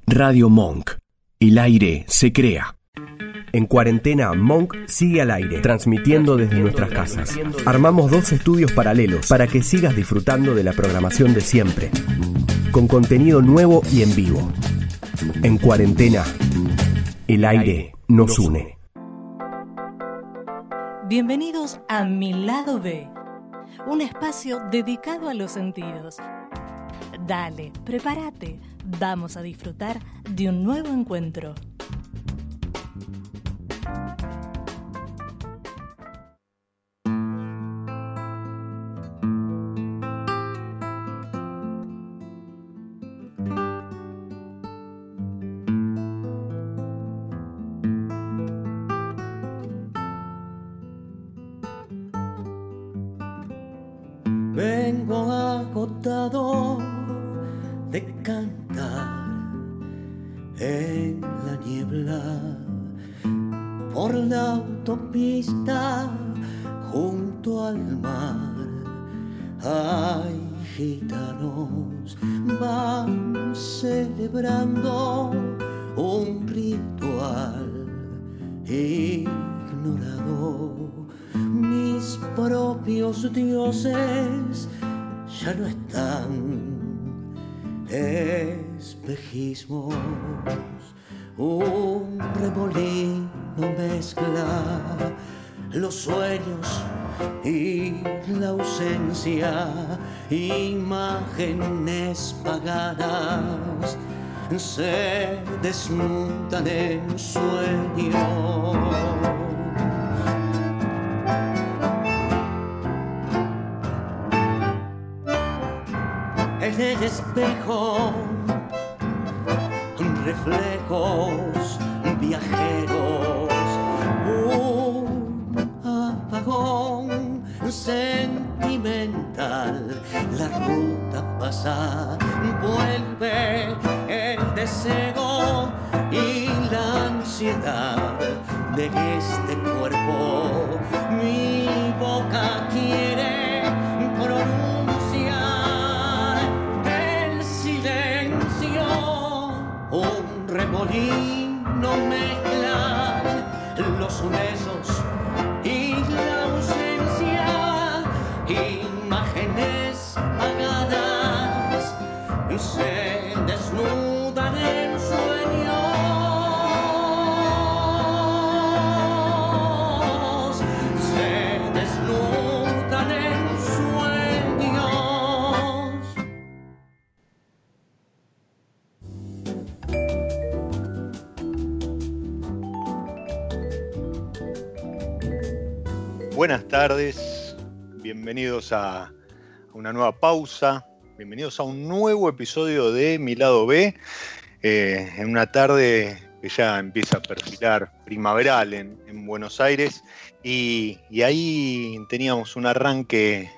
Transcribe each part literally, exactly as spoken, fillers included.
Radio Monk. El aire se crea. En cuarentena, Monk sigue al aire, transmitiendo desde nuestras casas. Armamos dos estudios paralelos para que sigas disfrutando de la programación de siempre, con contenido nuevo y en vivo. En cuarentena, el aire nos une. Bienvenidos a Mi Lado B, un espacio dedicado a los sentidos. Dale, prepárate, vamos a disfrutar de un nuevo encuentro. Vengo agotado de cantar en la niebla por la autopista junto al mar. Hay gitanos van celebrando un ritual ignorado. Mis propios dioses ya no están, espejismos, un remolino mezcla los sueños y la ausencia, imágenes paganas se desnudan en sueños. En el espejo, reflejos viajeros, un apagón sentimental. La ruta pasa, vuelve el deseo y la ansiedad de este cuerpo. Mi boca quiere pronunciar el silencio, un remolino mezcla los besos y la ausencia, imágenes apagadas se desnudan en sueños, se desnudan en sueños. Buenas tardes, bienvenidos a una nueva pausa, bienvenidos a un nuevo episodio de Mi Lado B, eh, en una tarde que ya empieza a perfilar primaveral en, en Buenos Aires, y, y ahí teníamos un arranque,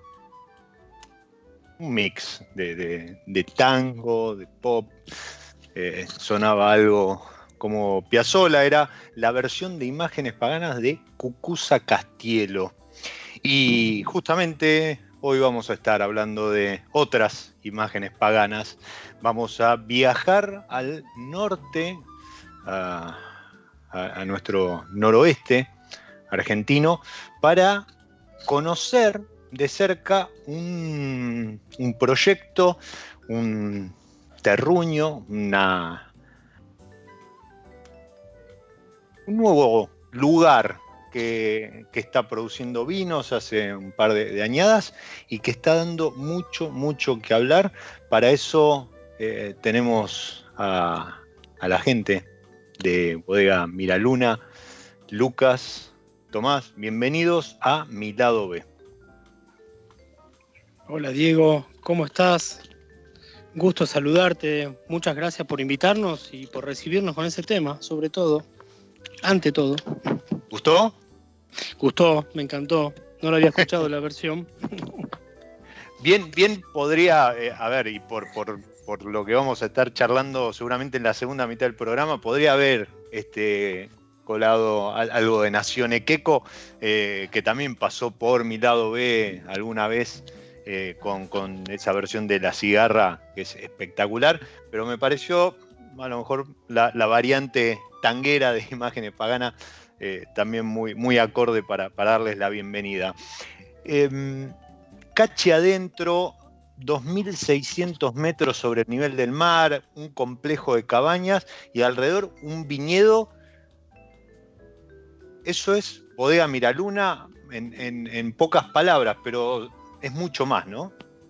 un mix de, de, de tango, de pop, eh, sonaba algo como Piazzolla, era la versión de Imágenes Paganas de Cucuza Castielo. Y justamente hoy vamos a estar hablando de otras imágenes paganas. Vamos a viajar al norte, a, a, a nuestro noroeste argentino, para conocer de cerca un, un proyecto, un terruño, una... un nuevo lugar que, que está produciendo vinos hace un par de, de añadas y que está dando mucho, mucho que hablar. Para eso eh, tenemos a, a la gente de Bodega Miraluna, Lucas, Tomás, bienvenidos a Mi Lado B. Hola Diego, ¿cómo estás? Gusto saludarte, muchas gracias por invitarnos y por recibirnos con ese tema, sobre todo. Ante todo. ¿Gustó? Gustó, me encantó. No lo había escuchado la versión. Bien, bien podría, eh, a ver, y por, por, por lo que vamos a estar charlando seguramente en la segunda mitad del programa, podría haber este, colado algo de Nación Equeco, eh, que también pasó por Mi Lado B alguna vez, eh, con, con esa versión de La Cigarra, que es espectacular, pero me pareció a lo mejor la, la variante tanguera de Imágenes Paganas, eh, también muy, muy acorde para, para darles la bienvenida. Eh, Cachi adentro, dos mil seiscientos metros sobre el nivel del mar, un complejo de cabañas y alrededor un viñedo. Eso es Bodega Miraluna en, en, en pocas palabras, pero es mucho más, ¿no?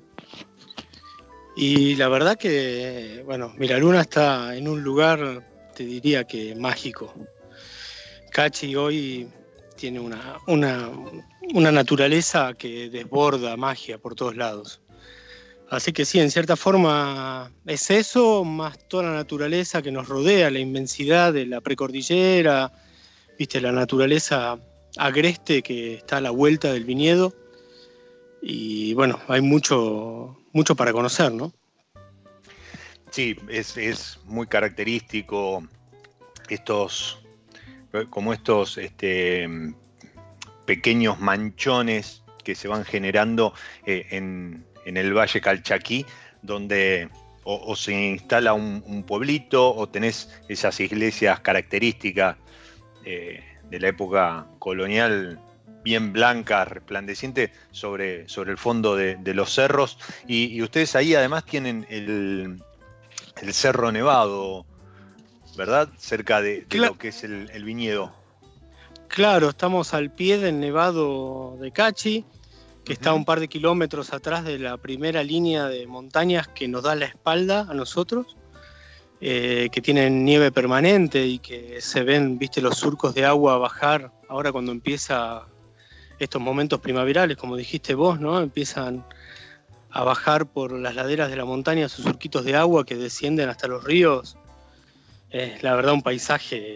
Y la verdad que, bueno, Miraluna está en un lugar, te diría que mágico. Cachi hoy tiene una, una, una naturaleza que desborda magia por todos lados. Así que sí, en cierta forma es eso, más toda la naturaleza que nos rodea, la inmensidad de la precordillera, viste, la naturaleza agreste que está a la vuelta del viñedo. Y bueno, hay mucho, mucho para conocer, ¿no? Sí, es, es muy característico estos, como estos este, pequeños manchones que se van generando eh, en, en el Valle Calchaquí, donde o, o se instala un, un pueblito o tenés esas iglesias características eh, de la época colonial, bien blanca, resplandeciente, sobre, sobre el fondo de, de los cerros. Y, y ustedes ahí además tienen el, el Cerro Nevado, ¿verdad? Cerca de, de Cla- lo que es el, el viñedo. Claro, estamos al pie del Nevado de Cachi, que uh-huh. está a un par de kilómetros atrás de la primera línea de montañas que nos da la espalda a nosotros, eh, que tienen nieve permanente y que se ven, viste, los surcos de agua bajar ahora cuando empieza estos momentos primaverales, como dijiste vos, ¿no? Empiezan a bajar por las laderas de la montaña sus surquitos de agua que descienden hasta los ríos. Es la verdad un paisaje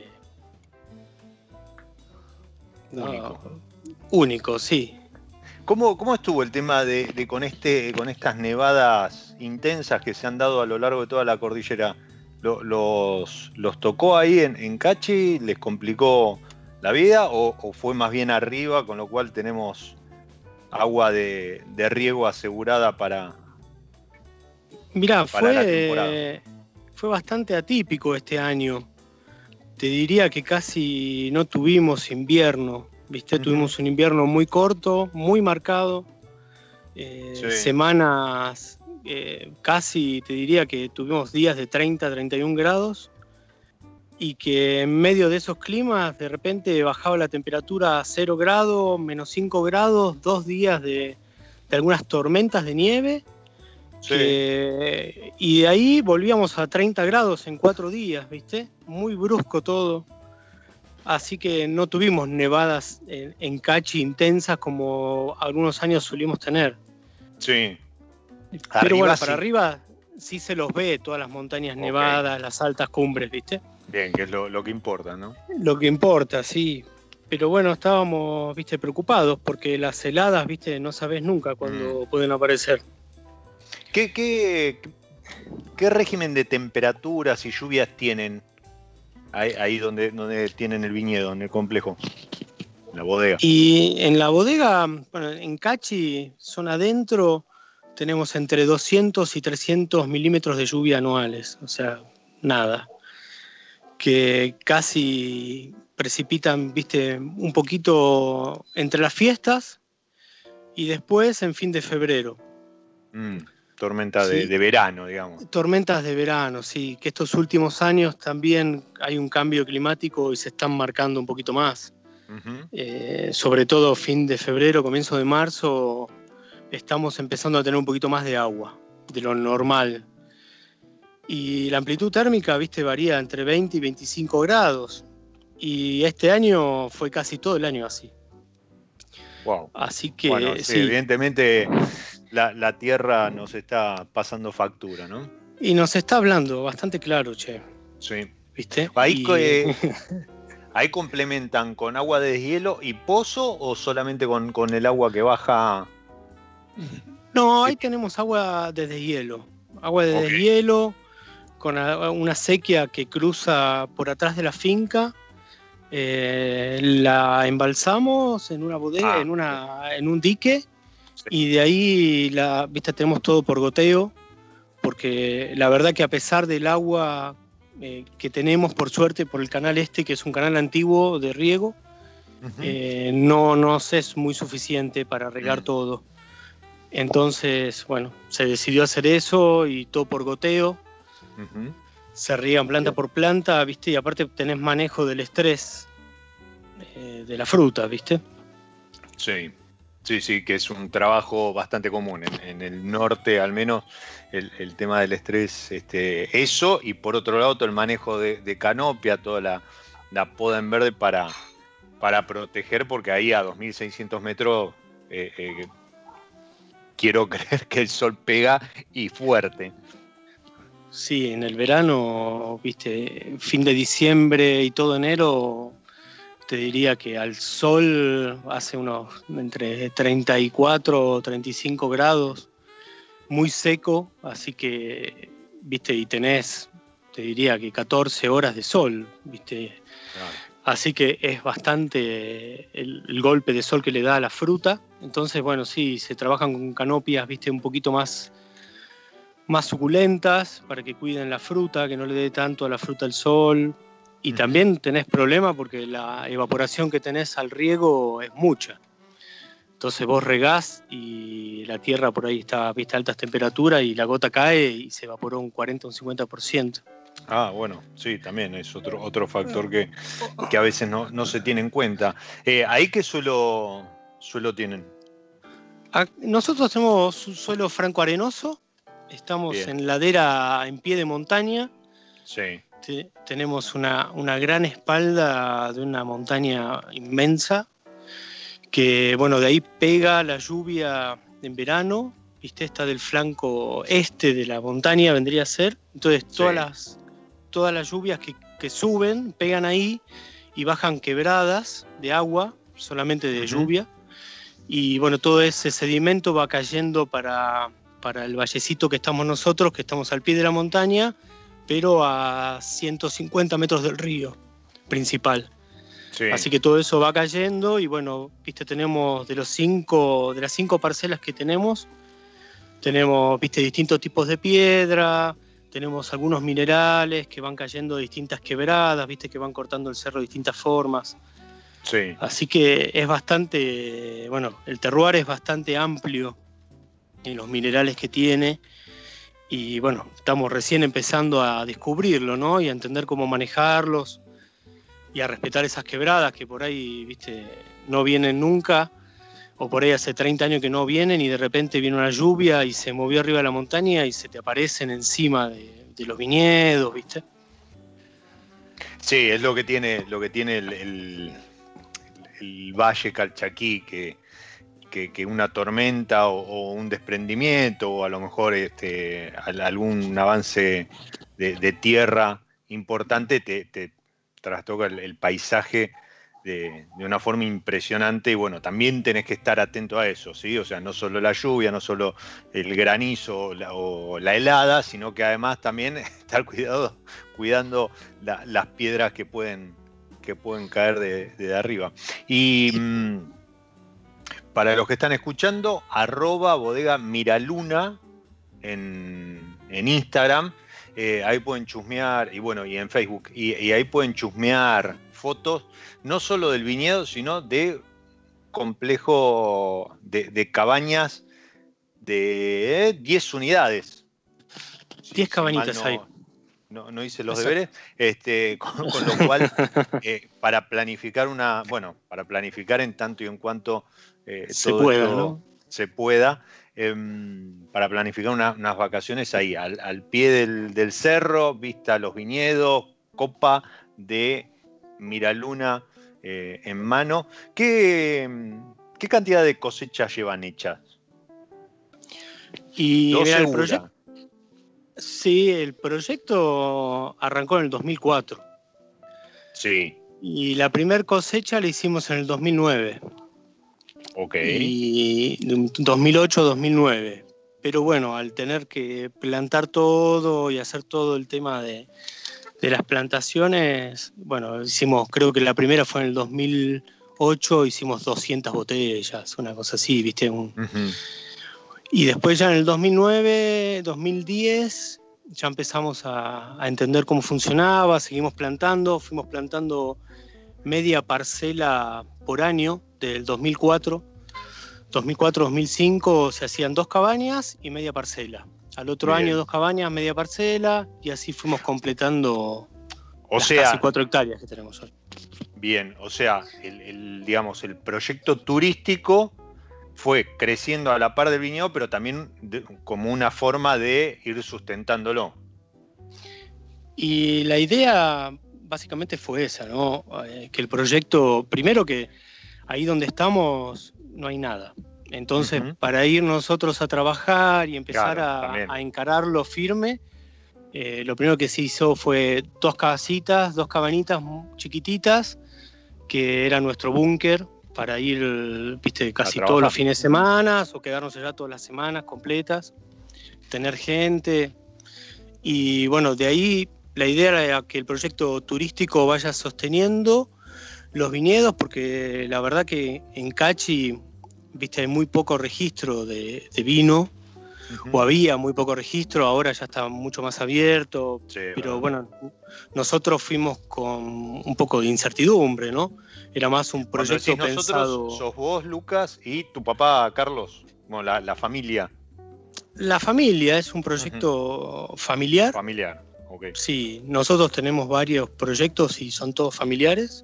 único. No, único, sí. ¿Cómo, cómo estuvo el tema de, de con este, con estas nevadas intensas que se han dado a lo largo de toda la cordillera? ¿Lo, los, ¿Los tocó ahí en, en Cachi? ¿Les complicó la vida o, o fue más bien arriba, con lo cual tenemos agua de, de riego asegurada para, Mirá, para la fue, temporada? Fue bastante atípico este año. Te diría que casi no tuvimos invierno, ¿viste? Uh-huh. Tuvimos un invierno muy corto, muy marcado. Eh, sí. Semanas, eh, casi te diría que tuvimos días de treinta, treinta y un grados. Y que en medio de esos climas de repente bajaba la temperatura a cero grados, menos cinco grados, dos días de, de algunas tormentas de nieve. Sí. Que, y de ahí volvíamos a treinta grados en cuatro días, ¿viste? Muy brusco todo. Así que no tuvimos nevadas en, en Cachi intensas como algunos años solíamos tener. Sí. Pero arriba, bueno, sí. para arriba sí se los ve, todas las montañas okay. nevadas, las altas cumbres, ¿viste? Bien, que es lo, lo que importa, ¿no? Lo que importa, sí. Pero bueno, estábamos, viste, preocupados porque las heladas, viste, no sabés nunca cuándo mm. pueden aparecer. ¿Qué, qué, ¿Qué régimen de temperaturas y lluvias tienen ahí, ahí donde, donde tienen el viñedo, en el complejo, en la bodega? Y en la bodega, bueno, en Cachi, zona adentro, tenemos entre doscientos y trescientos milímetros de lluvia anuales, o sea, nada. Que casi precipitan, viste, un poquito entre las fiestas y después en fin de febrero. Mm, tormenta sí. de, de verano, digamos. Tormentas de verano, sí, que estos últimos años también hay un cambio climático y se están marcando un poquito más. Uh-huh. Eh, sobre todo fin de febrero, comienzo de marzo, estamos empezando a tener un poquito más de agua, de lo normal. Y la amplitud térmica, viste, varía entre veinte y veinticinco grados. Y este año fue casi todo el año así. Wow. Así que, bueno, sí, sí. Evidentemente la, la Tierra nos está pasando factura, ¿no? Y nos está hablando bastante claro, che. Sí. ¿Viste? Ahí, y... eh, ahí complementan con agua de deshielo y pozo o solamente con, con el agua que baja. No, ahí tenemos agua de deshielo. Agua de okay. deshielo. Con una sequía que cruza por atrás de la finca, eh, la embalsamos en una bodega, ah, en, una, en un dique, sí. Y de ahí la, viste, tenemos todo por goteo, porque la verdad que a pesar del agua eh, que tenemos, por suerte, por el canal este, que es un canal antiguo de riego, uh-huh. eh, no nos es muy suficiente para regar uh-huh. todo. Entonces, bueno, se decidió hacer eso y todo por goteo. Uh-huh. Se riegan planta por planta, ¿viste? Y aparte tenés manejo del estrés eh, de la fruta, ¿viste? Sí. Sí, sí, que es un trabajo bastante común. En, en el norte, al menos, el, el tema del estrés, este, eso, y por otro lado, todo el manejo de, de canopia, toda la, la poda en verde para, para proteger, porque ahí a dos mil seiscientos metros eh, eh, quiero creer que el sol pega y fuerte. Sí, en el verano, viste, fin de diciembre y todo enero, te diría que al sol hace unos entre treinta y cuatro o treinta y cinco grados, muy seco, así que, viste, y tenés, te diría que catorce horas de sol, viste. Claro. Así que es bastante el, el golpe de sol que le da a la fruta. Entonces, bueno, sí, se trabajan con canopias, viste, un poquito más, más suculentas para que cuiden la fruta, que no le dé tanto a la fruta el sol. Y también tenés problema porque la evaporación que tenés al riego es mucha. Entonces vos regás y la tierra por ahí está, viste, a altas temperaturas y la gota cae y se evaporó un cuarenta o un cincuenta por ciento. Ah, bueno, sí, también es otro, otro factor que, que a veces no, no se tiene en cuenta. Eh, ¿Ahí qué suelo, suelo tienen? Nosotros tenemos un suelo franco arenoso, estamos Bien. en ladera en pie de montaña. Sí. Tenemos una, una gran espalda de una montaña inmensa que, bueno, de ahí pega la lluvia en verano, viste, está del flanco este de la montaña vendría a ser, entonces todas, sí. las, todas las lluvias que, que suben pegan ahí y bajan quebradas de agua, solamente de uh-huh. lluvia, y bueno, todo ese sedimento va cayendo para, para el vallecito que estamos nosotros, que estamos al pie de la montaña, pero a ciento cincuenta metros del río principal. Sí. Así que todo eso va cayendo y bueno, viste, tenemos de los cinco, de las cinco parcelas que tenemos, tenemos, viste, distintos tipos de piedra, tenemos algunos minerales que van cayendo de distintas quebradas, viste, que van cortando el cerro de distintas formas. Sí. Así que es bastante, bueno, el terroir es bastante amplio en los minerales que tiene. Y bueno, estamos recién empezando a descubrirlo, ¿no? Y a entender cómo manejarlos y a respetar esas quebradas que por ahí, viste, no vienen nunca, o por ahí hace treinta años que no vienen y de repente viene una lluvia y se movió arriba de la montaña y se te aparecen encima de, de los viñedos, ¿viste? Sí, es lo que tiene, lo que tiene el, el, el Valle Calchaquí, que Que, que una tormenta o, o un desprendimiento o a lo mejor este, algún avance de, de tierra importante te, te trastoca el, el paisaje de, de una forma impresionante y bueno, también tenés que estar atento a eso, ¿sí? O sea, no solo la lluvia, no solo el granizo o la, o la helada, sino que además también estar cuidado, cuidando la, las piedras que pueden, que pueden caer de, de arriba. Y mmm, para los que están escuchando, arroba bodega Miraluna en, en Instagram, eh, ahí pueden chusmear, y bueno, y en Facebook, y, y ahí pueden chusmear fotos, no solo del viñedo, sino de complejo de, de cabañas de diez unidades. diez si, cabañitas si no, ahí. No, no hice los Exacto. deberes, este, con, con lo cual, eh, para planificar una, bueno, para planificar en tanto y en cuanto eh, se todo pueda, esto ¿no? se pueda, eh, para planificar una, unas vacaciones ahí, al, al pie del, del cerro, vista a los viñedos, copa de Miraluna eh, en mano. ¿Qué, ¿Qué cantidad de cosechas llevan hechas? Y mira, el proyecto. Sí, el proyecto arrancó en el dos mil cuatro. Sí. Y la primer cosecha la hicimos en el dos mil nueve. Ok. Y dos mil ocho, dos mil nueve. Pero bueno, al tener que plantar todo y hacer todo el tema de, de las plantaciones, bueno, hicimos, creo que la primera fue en el dos mil ocho, hicimos doscientas botellas, una cosa así, ¿viste? Un, uh-huh. Y después ya en el dos mil nueve, dos mil diez ya empezamos a, a entender cómo funcionaba, seguimos plantando, fuimos plantando media parcela por año del dos mil cuatro. dos mil cuatro dos mil cinco se hacían dos cabañas y media parcela. Al otro Bien. año dos cabañas, media parcela, y así fuimos completando O las sea, casi cuatro hectáreas que tenemos hoy. bien, o sea, el, el, digamos, el proyecto turístico fue creciendo a la par del viñedo, pero también de, como una forma de ir sustentándolo. Y la idea básicamente fue esa, ¿no? Eh, que el proyecto, primero que ahí donde estamos no hay nada. Entonces, uh-huh. para ir nosotros a trabajar y empezar claro, a, a encararlo firme, eh, lo primero que se hizo fue dos casitas, dos cabanitas chiquititas, que era nuestro búnker para ir, viste, casi todos los fines de semana o quedarnos allá todas las semanas completas, tener gente. Y bueno, de ahí la idea era que el proyecto turístico vaya sosteniendo los viñedos, porque la verdad que en Cachi, viste, hay muy poco registro de, de vino, uh-huh. o había muy poco registro, ahora ya está mucho más abierto, sí, pero bueno, nosotros fuimos con un poco de incertidumbre, ¿no? Era más un proyecto Cuando decís pensado... Nosotros, sos vos, Lucas, y tu papá, Carlos, bueno, la, la familia. La familia es un proyecto uh-huh. familiar. Familiar, ok. Sí, nosotros tenemos varios proyectos y son todos familiares.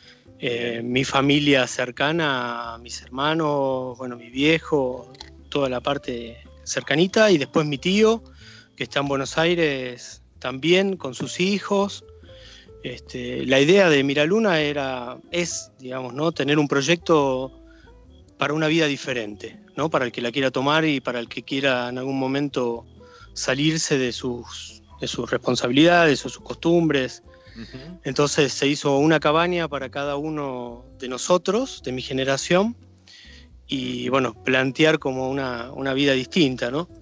Eh, mi familia cercana, mis hermanos, bueno, mi viejo, toda la parte cercanita, y después mi tío, que está en Buenos Aires también con sus hijos. Este, la idea de Miraluna era, es, digamos, ¿no? tener un proyecto para una vida diferente, ¿no? Para el que la quiera tomar y para el que quiera en algún momento salirse de sus, de sus responsabilidades o sus costumbres. Uh-huh. Entonces se hizo una cabaña para cada uno de nosotros, de mi generación, y bueno, plantear como una, una vida distinta, ¿no?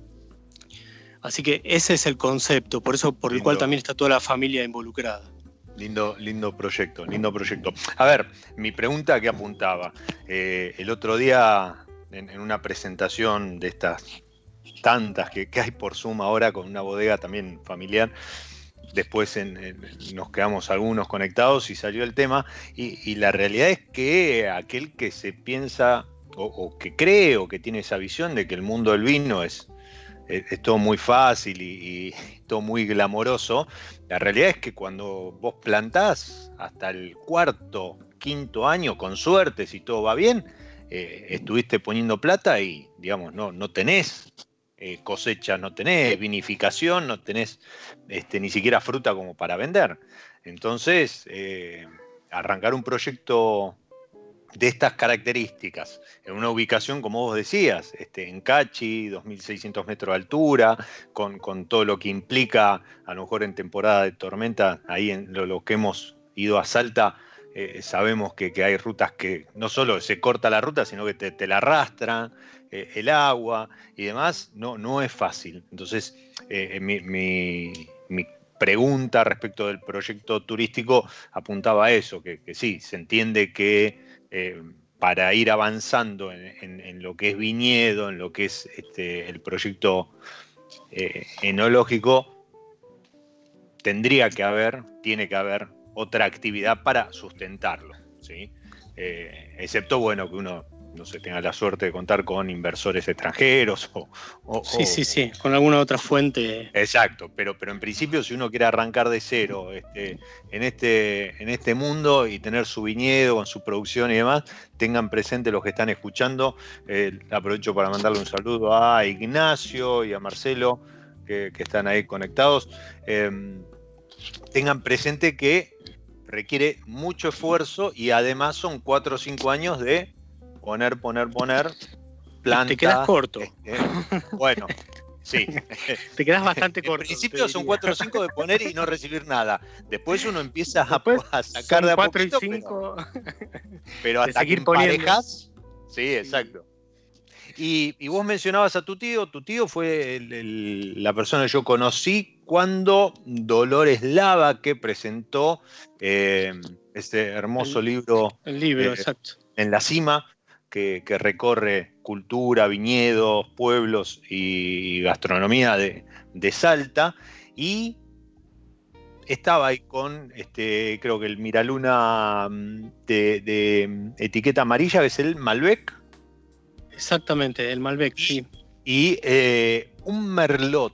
Así que ese es el concepto, por eso por lindo. El cual también está toda la familia involucrada. Lindo, lindo proyecto, lindo proyecto. A ver, mi pregunta que apuntaba, eh, el otro día en, en una presentación de estas tantas que, que hay por Zoom ahora con una bodega también familiar, después en, en, nos quedamos algunos conectados y salió el tema, y, y la realidad es que aquel que se piensa o, o que cree o que tiene esa visión de que el mundo del vino es, es, es todo muy fácil y, y todo muy glamoroso, la realidad es que cuando vos plantás hasta el cuarto, quinto año, con suerte, si todo va bien, eh, estuviste poniendo plata y, digamos, no, no tenés eh, cosecha, no tenés vinificación, no tenés este, ni siquiera fruta como para vender. Entonces, eh, arrancar un proyecto de estas características, en una ubicación, como vos decías, este, en Cachi, dos mil seiscientos metros de altura, con, con todo lo que implica, a lo mejor en temporada de tormenta, ahí en lo, lo que hemos ido a Salta, eh, sabemos que, que hay rutas que no solo se corta la ruta, sino que te, te la arrastran, eh, el agua y demás, no, no es fácil. Entonces, eh, mi, mi, mi pregunta respecto del proyecto turístico apuntaba a eso, que, que sí, se entiende que Eh, para ir avanzando en, en, en lo que es viñedo, en lo que es este, el proyecto eh, enológico, tendría que haber, tiene que haber otra actividad para sustentarlo, ¿sí? Eh, excepto, bueno, que uno, no sé, tenga la suerte de contar con inversores extranjeros o... o sí, o, sí, sí, con alguna otra fuente. Exacto, pero, pero en principio si uno quiere arrancar de cero este, en, este, en este mundo y tener su viñedo con su producción y demás, tengan presente los que están escuchando. Eh, aprovecho para mandarle un saludo a Ignacio y a Marcelo, que, que están ahí conectados. Eh, tengan presente que requiere mucho esfuerzo y además son cuatro o cinco años de poner, poner, poner, planta. Te quedas corto. Este, bueno, sí. Te quedas bastante corto. En principio son cuatro o cinco de poner y no recibir nada. Después uno empieza Después a, a sacar de a cuatro poquito, y cinco pero, pero hasta que emparejas. Sí, exacto. Y, y vos mencionabas a tu tío. Tu tío fue el, el, la persona que yo conocí cuando Dolores Lava, que presentó eh, este hermoso el, libro. El libro, eh, exacto. En la cima, que, que recorre cultura, viñedos, pueblos y gastronomía de, de Salta. y estaba ahí con, este, creo que el Miraluna de, de etiqueta amarilla, que es el Malbec. Exactamente, el Malbec, y, sí. Y eh, un Merlot,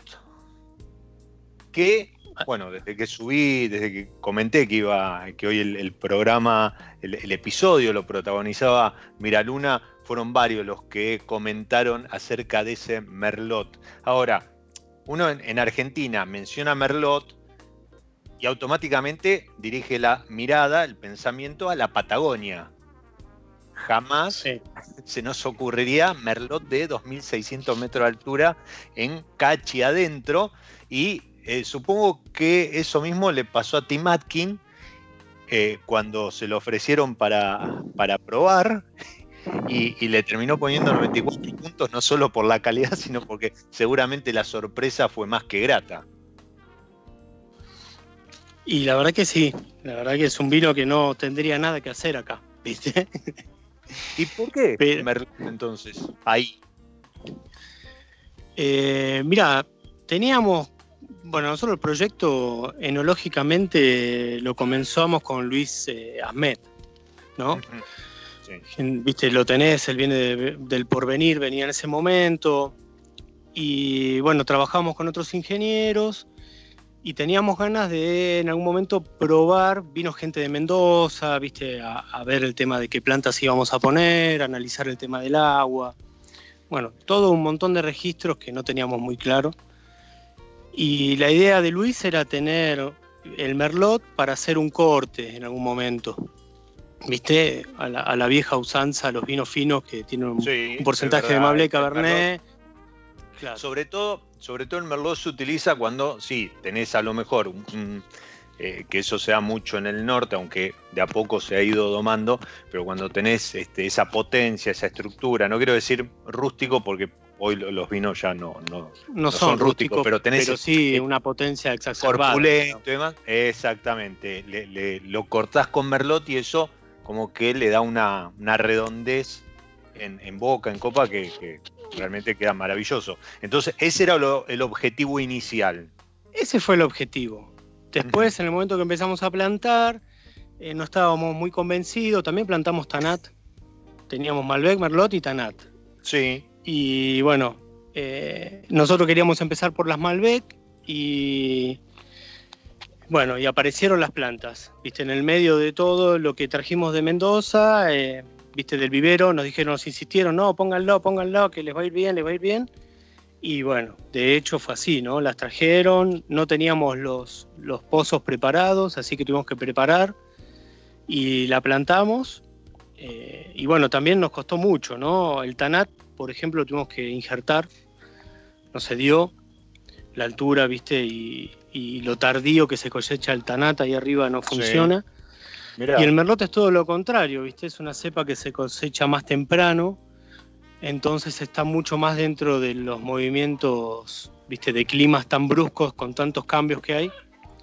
que, bueno, desde que subí, desde que comenté que iba, que hoy el, el programa, el, el episodio lo protagonizaba Miraluna, fueron varios los que comentaron acerca de ese Merlot. Ahora, uno en, en Argentina menciona Merlot y automáticamente dirige la mirada, el pensamiento a la Patagonia. Jamás sí. se nos ocurriría Merlot de dos mil seiscientos metros de altura en Cachi adentro, y eh, supongo que eso mismo le pasó a Tim Atkin eh, cuando se lo ofrecieron para, para probar y, y le terminó poniendo noventa y cuatro puntos, no solo por la calidad, sino porque seguramente la sorpresa fue más que grata. Y la verdad que sí, la verdad que es un vino que no tendría nada que hacer acá, ¿viste? ¿Y por qué Pero, Merlot entonces ahí? Eh, mira, teníamos, bueno, nosotros el proyecto enológicamente lo comenzamos con Luis eh, Ahmed, ¿no? Sí. Viste, lo tenés, él viene de, del Porvenir, venía en ese momento, y bueno, trabajamos con otros ingenieros. Y teníamos ganas de en algún momento probar, vino gente de Mendoza, viste, a, a ver el tema de qué plantas íbamos a poner, analizar el tema del agua. Bueno, todo un montón de registros que no teníamos muy claro. Y la idea de Luis era tener el Merlot para hacer un corte en algún momento. Viste, a la, a la vieja usanza, los vinos finos que tienen un, sí, un porcentaje de Malbec, Cabernet. Claro. Sobre todo, sobre todo el Merlot se utiliza cuando, sí, tenés a lo mejor un, un, eh, que eso se da mucho en el norte, aunque de a poco se ha ido domando, pero cuando tenés este, esa potencia, esa estructura, no quiero decir rústico porque hoy los vinos ya no, no, no, no son, son rústicos, pero tenés pero sí una potencia exacerbada. Corpulento y demás. Exactamente, le, le, lo cortás con Merlot y eso como que le da una, una redondez en, en boca, en copa, que, que realmente queda maravilloso. Entonces, ese era lo, el objetivo inicial. Ese fue el objetivo. Después, en el momento que empezamos a plantar, eh, no estábamos muy convencidos. También plantamos Tanat. Teníamos Malbec, Merlot y Tanat. Sí. Y bueno, eh, nosotros queríamos empezar por las Malbec y... Bueno, y aparecieron las plantas. Viste, en el medio de todo lo que trajimos de Mendoza... Eh, viste, del vivero, nos dijeron, nos insistieron, no, pónganlo, pónganlo, que les va a ir bien, les va a ir bien. Y bueno, de hecho fue así, ¿no? Las trajeron, no teníamos los, los pozos preparados, así que tuvimos que preparar y la plantamos. Eh, y bueno, también nos costó mucho, ¿no? El Tanat, por ejemplo, tuvimos que injertar, no se dio la altura, viste, y, y lo tardío que se cosecha el Tanat ahí arriba no funciona. Sí. Mirá. Y el Merlot es todo lo contrario, ¿viste? Es una cepa que se cosecha más temprano, entonces está mucho más dentro de los movimientos, ¿viste? De climas tan bruscos con tantos cambios que hay.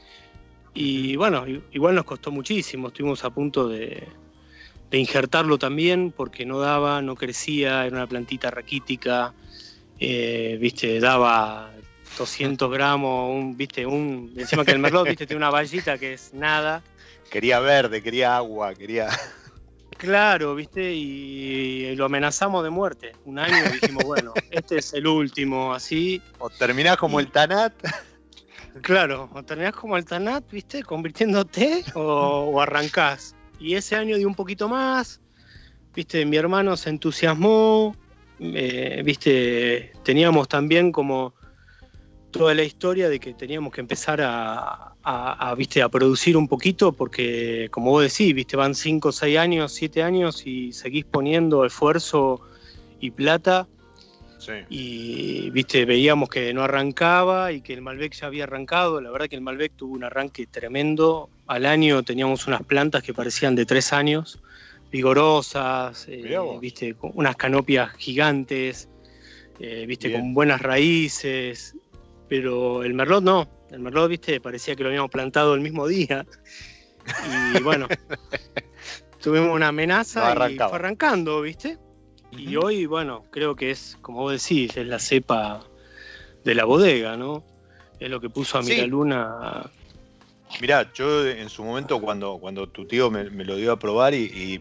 Y bueno, igual nos costó muchísimo, estuvimos a punto de, de injertarlo también porque no daba, no crecía, era una plantita raquítica, eh, ¿viste? Daba doscientos gramos, un, ¿viste? Un, encima que el Merlot, ¿viste? Tiene una vallita que es nada. Quería verde, quería agua, quería... Claro, ¿viste? Y lo amenazamos de muerte. Un año dijimos, bueno, este es el último, así. O terminás como y... el Tanat. Claro, o terminás como el Tanat, ¿viste? Convirtiéndote o, o arrancás. Y ese año dio un poquito más, ¿viste? Mi hermano se entusiasmó, eh, ¿viste? Teníamos también como... toda la historia de que teníamos que empezar a, a, a, ¿viste? a producir un poquito porque, como vos decís, ¿viste? Van cinco, seis años, siete años y seguís poniendo esfuerzo y plata. Sí. Y ¿viste? Veíamos que no arrancaba y que el Malbec ya había arrancado. La verdad que el Malbec tuvo un arranque tremendo. Al año teníamos unas plantas que parecían de tres años, vigorosas, eh, ¿viste? Con unas canopias gigantes, eh, ¿viste? Con buenas raíces. Pero el Merlot no, el Merlot, viste, parecía que lo habíamos plantado el mismo día. Y bueno, tuvimos una amenaza no y fue arrancando, viste. Uh-huh. Y hoy, bueno, creo que es, como vos decís, es la cepa de la bodega, ¿no? Es lo que puso a Sí. Miraluna. Mirá, yo en su momento cuando, cuando tu tío me, me lo dio a probar y, y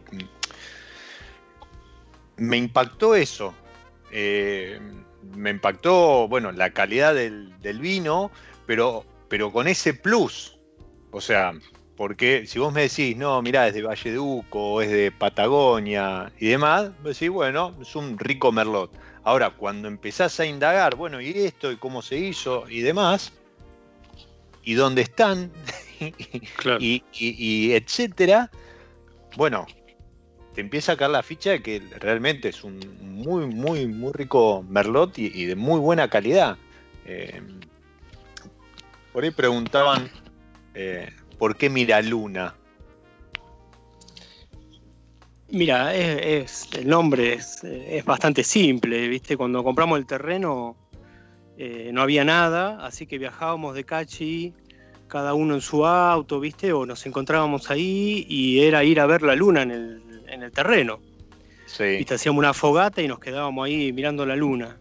me impactó eso. Eh, me impactó, bueno, la calidad del, del vino, pero, pero con ese plus. O sea, porque si vos me decís, no, mirá, es de Valleduco, es de Patagonia y demás, vos decís, bueno, es un rico merlot. Ahora, cuando empezás a indagar, bueno, y esto, y cómo se hizo, y demás, y dónde están, Claro. y, y- y etcétera, bueno, te empieza a caer la ficha de que realmente es un muy, muy, muy rico merlot y, y de muy buena calidad. Eh, por ahí preguntaban, eh, ¿por qué Miraluna? Mira, es, es- el nombre es, es bastante simple, ¿viste? Cuando compramos el terreno eh, no había nada, así que viajábamos de Cachi, cada uno en su auto, ¿viste? O nos encontrábamos ahí y era ir a ver la luna en el, en el terreno. Sí, ¿Viste? Hacíamos una fogata y nos quedábamos ahí mirando la luna.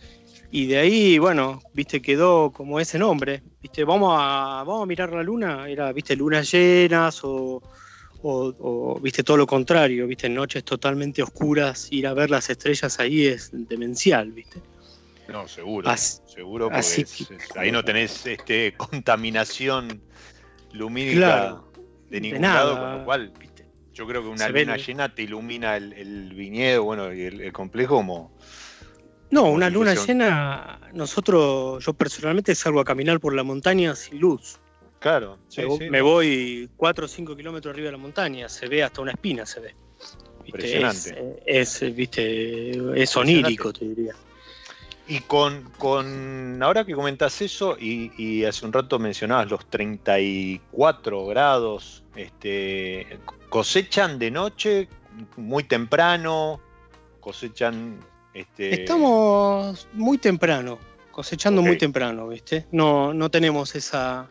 Y de ahí, bueno, ¿viste? Quedó como ese nombre, ¿viste? Vamos a, vamos a mirar la luna, era, ¿viste? Lunas llenas o... O, o, viste, todo lo contrario, viste, en noches totalmente oscuras, ir a ver las estrellas ahí es demencial, viste. no, seguro, Así- seguro, porque así es- que- es- ahí no tenés este, contaminación lumínica Claro, de ningún nada, lado, con lo cual viste. yo creo que una Se ve luna el- llena te ilumina el, el viñedo, bueno, y el, el complejo como... No, como una si luna fuese un- llena, nosotros, yo personalmente salgo a caminar por la montaña sin luz. Claro, sí, me, vo- sí, me no, voy cuatro o cinco kilómetros arriba de la montaña, se ve hasta una espina, se ve. ¿Viste? Impresionante. Es, es, viste, es onírico, te diría. Y con, con ahora que comentás eso, y, y hace un rato mencionabas los treinta y cuatro grados, este, cosechan de noche, muy temprano, cosechan... Este, Estamos muy temprano, cosechando Ok. muy temprano, ¿viste? No, no tenemos esa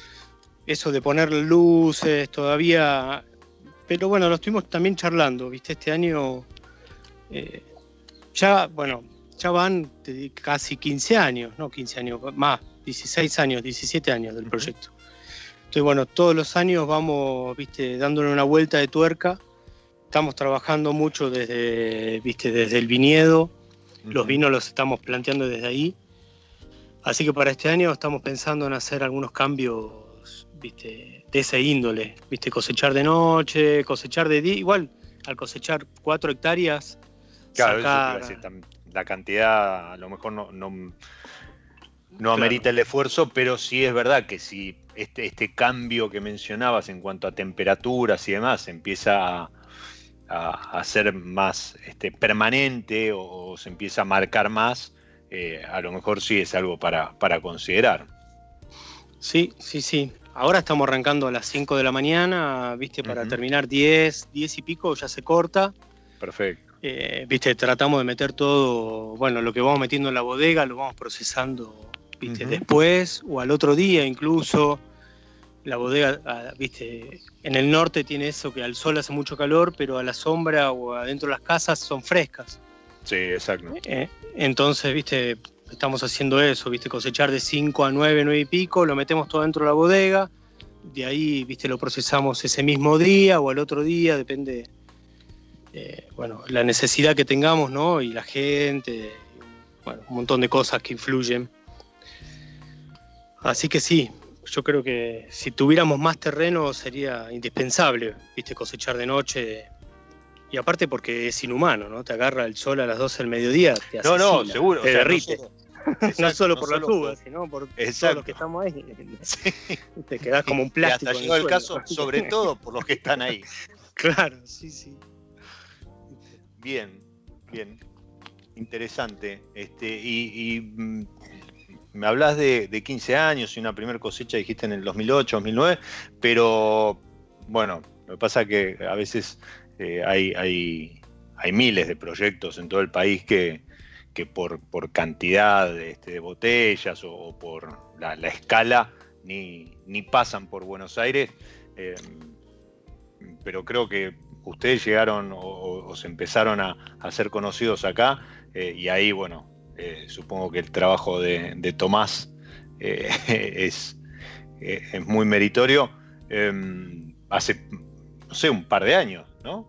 eso de poner luces todavía, pero bueno, lo estuvimos también charlando, ¿viste? Este año eh, ya, bueno, ya van te di- casi quince años, no quince años, más, dieciséis años, diecisiete años del Ujú. proyecto. Entonces, bueno, todos los años vamos, ¿viste? Dándole una vuelta de tuerca. Estamos trabajando mucho desde, ¿viste? Desde el viñedo. Los ujú. vinos los estamos planteando desde ahí. Así que para este año estamos pensando en hacer algunos cambios, ¿viste? De ese índole. ¿Viste? Cosechar de noche, cosechar de día. Igual, al cosechar cuatro hectáreas, Claro, eso te iba a sacar... decir, tam- la cantidad a lo mejor no, no, no Claro. amerita el esfuerzo, pero sí es verdad que si este, este cambio que mencionabas en cuanto a temperaturas y demás empieza a, a- a ser más este, permanente o, o se empieza a marcar más, eh, a lo mejor sí es algo para, para considerar. Sí, sí, sí. Ahora estamos arrancando a las cinco de la mañana, ¿viste? Para Ujú. terminar diez, diez y pico, ya se corta. Perfecto. Eh, viste, tratamos de meter todo, bueno, lo que vamos metiendo en la bodega lo vamos procesando, viste, Ujú. después o al otro día incluso. La bodega, ah, viste, en el norte tiene eso que al sol hace mucho calor, pero a la sombra o adentro de las casas son frescas. Sí, exacto. Eh, entonces, viste, estamos haciendo eso, viste, cosechar de cinco a nueve, nueve y pico, lo metemos todo dentro de la bodega, de ahí, viste, lo procesamos ese mismo día o al otro día, depende, eh, bueno, la necesidad que tengamos, ¿no? Y la gente, bueno, un montón de cosas que influyen. Así que sí, yo creo que si tuviéramos más terreno sería indispensable, viste, cosechar de noche. Y aparte porque es inhumano, ¿no? Te agarra el sol a las doce del mediodía, te No, no, asesina, seguro. te o sea, no derrite. solo- No exacto, solo no por las solo uvas, sino por todos Exacto. los que estamos ahí. Sí. Te quedás como un Y plástico. hasta en llegó el suelo. caso, sobre todo por los que están ahí. Claro, sí, sí. Bien, bien. Interesante. Este, y, y, mm, me hablas de, de quince años y una primera cosecha, dijiste en el dos mil ocho, dos mil nueve, pero bueno, lo que pasa es que a veces eh, hay, hay, hay miles de proyectos en todo el país que, que por, por cantidad este, de botellas o, o por la, la escala ni, ni pasan por Buenos Aires. Eh, pero creo que ustedes llegaron o, o, o se empezaron a, a ser conocidos acá, eh, y ahí, bueno, eh, supongo que el trabajo de, de Tomás eh, es, eh, es muy meritorio. Eh, hace, no sé, un par de años, ¿no?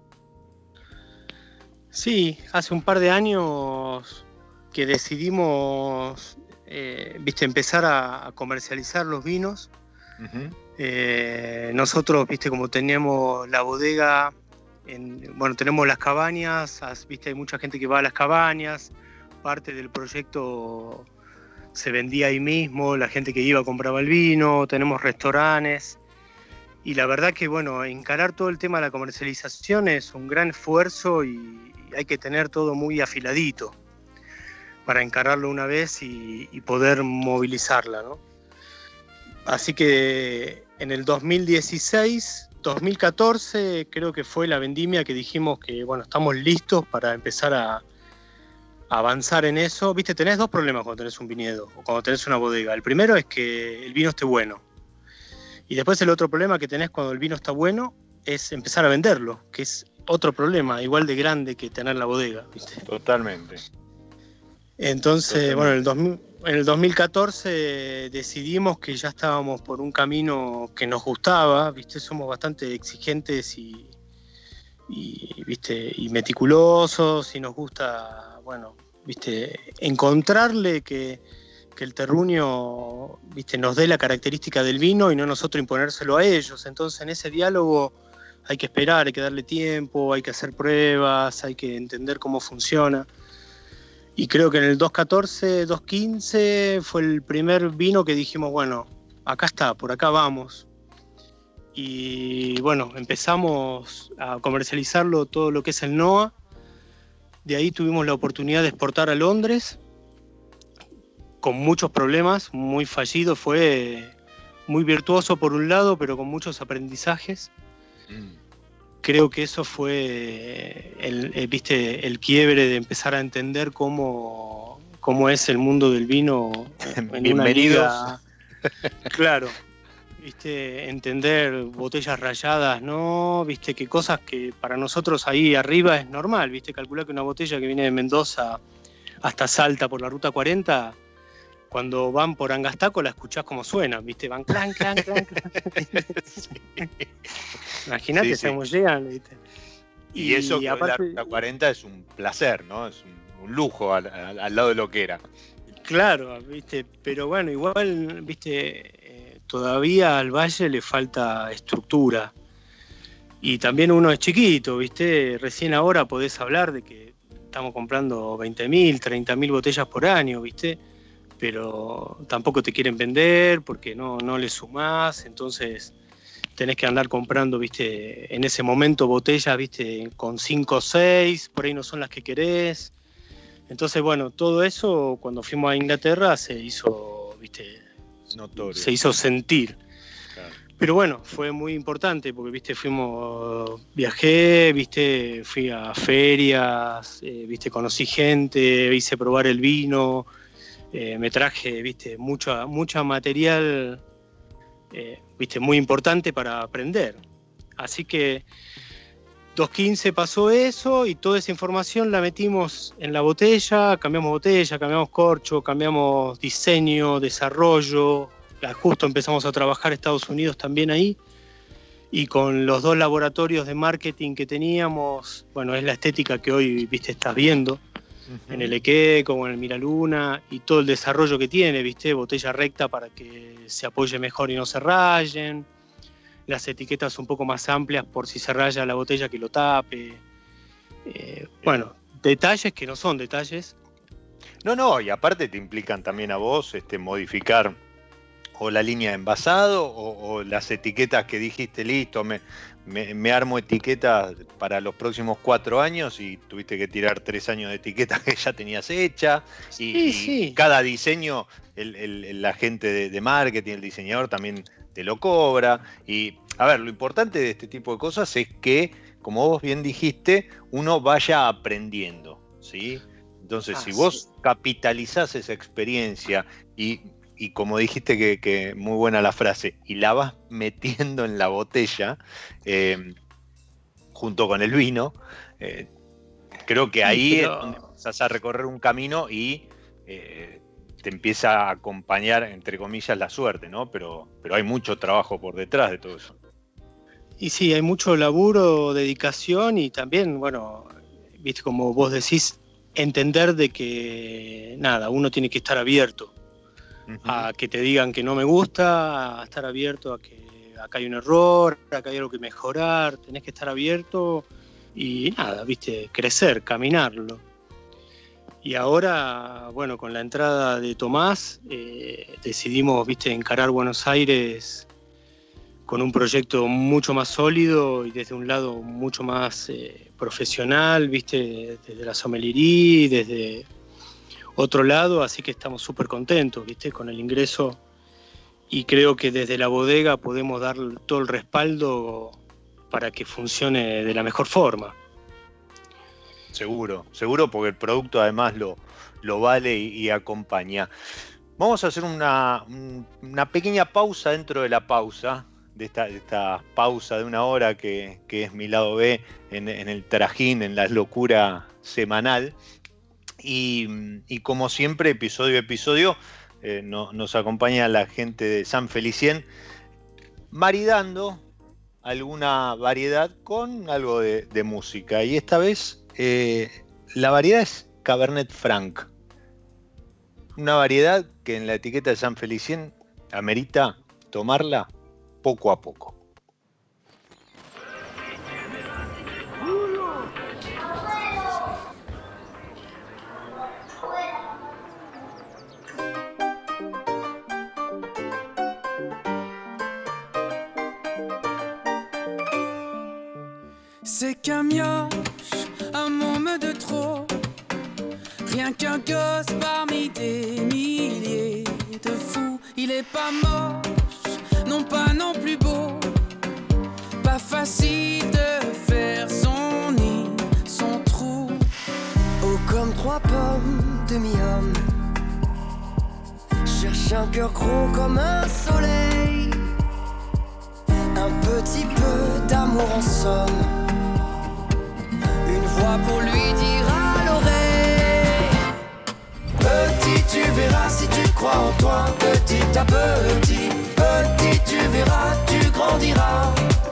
Sí, hace un par de años que decidimos, eh, viste, empezar a, a comercializar los vinos. Uh-huh. Eh, nosotros, viste, como teníamos la bodega, en, bueno, tenemos las cabañas, viste, hay mucha gente que va a las cabañas, parte del proyecto se vendía ahí mismo, la gente que iba compraba el vino, tenemos restaurantes. Y la verdad que, bueno, encarar todo el tema de la comercialización es un gran esfuerzo y hay que tener todo muy afiladito para encararlo una vez y, y poder movilizarla, ¿no? Así que en el dos mil dieciséis, dos mil catorce creo que fue la vendimia que dijimos que, bueno, estamos listos para empezar a, a avanzar en eso. Viste, tenés dos problemas cuando tenés un viñedo o cuando tenés una bodega. El primero es que el vino esté bueno. Y después el otro problema que tenés cuando el vino está bueno es empezar a venderlo, que es otro problema igual de grande que tener la bodega, ¿viste? Totalmente. Entonces, Totalmente. bueno, en el, dos mil, en el dos mil catorce decidimos que ya estábamos por un camino que nos gustaba, ¿viste? Somos bastante exigentes y, y, ¿viste? y meticulosos y nos gusta, bueno, ¿viste? encontrarle que... que el terruño, viste, nos dé la característica del vino y no nosotros imponérselo a ellos. Entonces en ese diálogo hay que esperar, hay que darle tiempo, hay que hacer pruebas, hay que entender cómo funciona. Y creo que en el dos catorce, dos quince fue el primer vino que dijimos, bueno, acá está, por acá vamos. Y bueno, empezamos a comercializarlo todo lo que es el N O A. De ahí tuvimos la oportunidad de exportar a Londres, con muchos problemas, muy fallido, fue muy virtuoso por un lado, pero con muchos aprendizajes. Mm. Creo que eso fue el, el, ¿viste? el quiebre de empezar a entender cómo, cómo es el mundo del vino en Bienvenidos. Una liga. Claro, ¿viste? Entender botellas rayadas, ¿no? ¿Viste? Que cosas que para nosotros ahí arriba es normal, ¿viste? Calcular que una botella que viene de Mendoza hasta Salta por la ruta cuarenta, cuando van por Angastaco la escuchás como suena, ¿viste? Van clan, clan, clan, clan. Sí. Imagínate, sí, cómo sí. llegan, ¿viste? Y, y eso, y aparte, la ruta cuarenta es un placer, ¿no? Es un, un lujo al, al, al lado de lo que era. Claro, ¿viste? Pero bueno, igual, ¿viste? Eh, todavía al valle le falta estructura. Y también uno es chiquito, ¿viste? Recién ahora podés hablar de que estamos comprando veinte mil, treinta mil botellas por año, ¿viste? Pero tampoco te quieren vender porque no, no le sumás, entonces tenés que andar comprando, viste, en ese momento botellas, viste, con cinco o seis, por ahí no son las que querés. Entonces, bueno, todo eso cuando fuimos a Inglaterra se hizo, viste, notorio. Se hizo sentir. Claro. Pero bueno, fue muy importante porque, viste, fuimos, viajé, viste, fui a ferias, eh, viste, conocí gente, hice probar el vino. Eh, me traje, viste, mucha, mucha material, eh, viste, muy importante para aprender. Así que dos quince pasó eso y toda esa información la metimos en la botella, cambiamos botella, cambiamos corcho, cambiamos diseño, desarrollo. Justo empezamos a trabajar en Estados Unidos también ahí. Y con los dos laboratorios de marketing que teníamos, bueno, es la estética que hoy, viste, estás viendo. Uh-huh. En el Eque, como en el Miraluna, y todo el desarrollo que tiene, ¿viste? Botella recta para que se apoye mejor y no se rayen, las etiquetas un poco más amplias por si se raya la botella que lo tape, eh, bueno, detalles que no son detalles. No, no, y aparte te implican también a vos este, modificar o la línea de envasado o, o las etiquetas que dijiste, listo, me, me, me armo etiquetas para los próximos cuatro años y tuviste que tirar tres años de etiquetas que ya tenías hecha. Sí, y, sí. y cada diseño, el, el, el agente de, de marketing, el diseñador también te lo cobra. Y a ver, lo importante de este tipo de cosas es que, como vos bien dijiste, uno vaya aprendiendo, ¿sí? Entonces, ah, si vos sí. capitalizás esa experiencia y Y como dijiste que, que muy buena la frase, y la vas metiendo en la botella eh, junto con el vino, eh, creo que ahí sí, pero... es donde empezás a recorrer un camino y eh, te empieza a acompañar, entre comillas, la suerte, ¿no? Pero, pero hay mucho trabajo por detrás de todo eso. Y sí, hay mucho laburo, dedicación y también, bueno, viste, como vos decís, entender de que, nada, uno tiene que estar abierto uh-huh. a que te digan que no me gusta, a estar abierto a que acá hay un error, acá hay algo que mejorar, tenés que estar abierto y nada, viste, crecer, caminarlo. Y ahora, bueno, con la entrada de Tomás, eh, decidimos, viste, encarar Buenos Aires con un proyecto mucho más sólido y desde un lado mucho más eh, profesional, viste, desde la sommelería, desde otro lado, así que estamos súper contentos, viste, con el ingreso y creo que desde la bodega podemos dar todo el respaldo para que funcione de la mejor forma. Seguro, seguro, porque el producto además lo, lo vale y, y acompaña. Vamos a hacer una, una pequeña pausa dentro de la pausa, de esta, de esta pausa de una hora que, que es mi lado B en, en el trajín, en la locura semanal. Y, y como siempre, episodio a episodio, eh, no, nos acompaña la gente de San Felicien, maridando alguna variedad con algo de, de música. Y esta vez eh, la variedad es Cabernet Franc. Una variedad que en la etiqueta de San Felicien amerita tomarla poco a poco. C'est qu'un mioche, un môme de trop, rien qu'un gosse parmi des milliers de fous. Il est pas moche, non pas non plus beau, pas facile de faire son nid, son trou. Oh, comme trois pommes, demi-homme, cherche un cœur gros comme un soleil, un petit peu d'amour en somme, une voix pour lui dire à l'oreille. Petit, tu verras si tu crois en toi, petit à petit. Petit, tu verras, tu grandiras.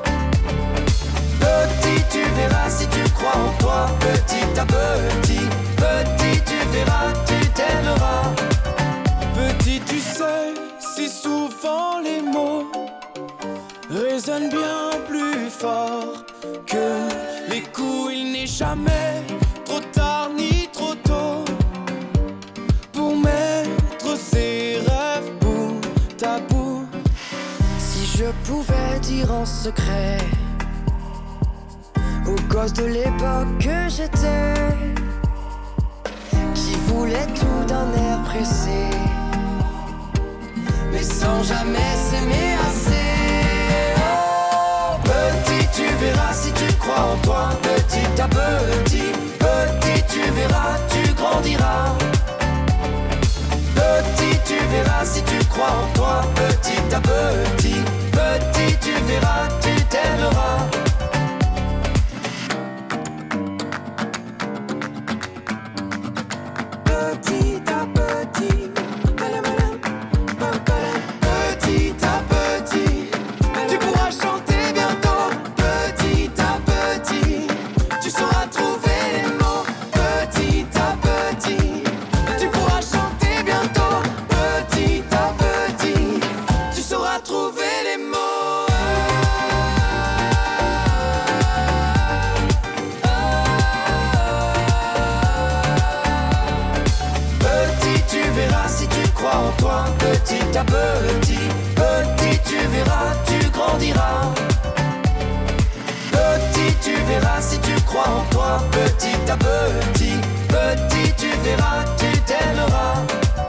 Petit, tu verras si tu crois en toi, petit à petit. Petit, tu verras, tu t'aimeras. Petit, tu sais, si souvent les mots résonnent bien plus fort que les coups. Il n'est jamais trop tard ni trop tôt pour mettre ses rêves bout à bout. Si je pouvais dire en secret aux gosses de l'époque que j'étais, qui voulait tout d'un air pressé, mais sans jamais s'aimer assez. Oh, petit, tu verras si tu crois en toi, petit à petit. Petit, tu verras, tu grandiras. Petit, tu verras si tu crois en toi, petit à petit. Petit, tu verras, tu t'aimeras. Petit à petit, petit à petit, tu pourras chanter bientôt. Petit à petit, tu sauras trouver les mots. Petit à petit, tu pourras chanter bientôt. Petit à petit, tu sauras trouver les mots. Petit, tu verras si tu crois en toi, petit à petit. Petit, tu verras, tu grandiras. Petit, tu verras si tu crois en toi, petit à petit. Petit, tu verras, tu t'aimeras.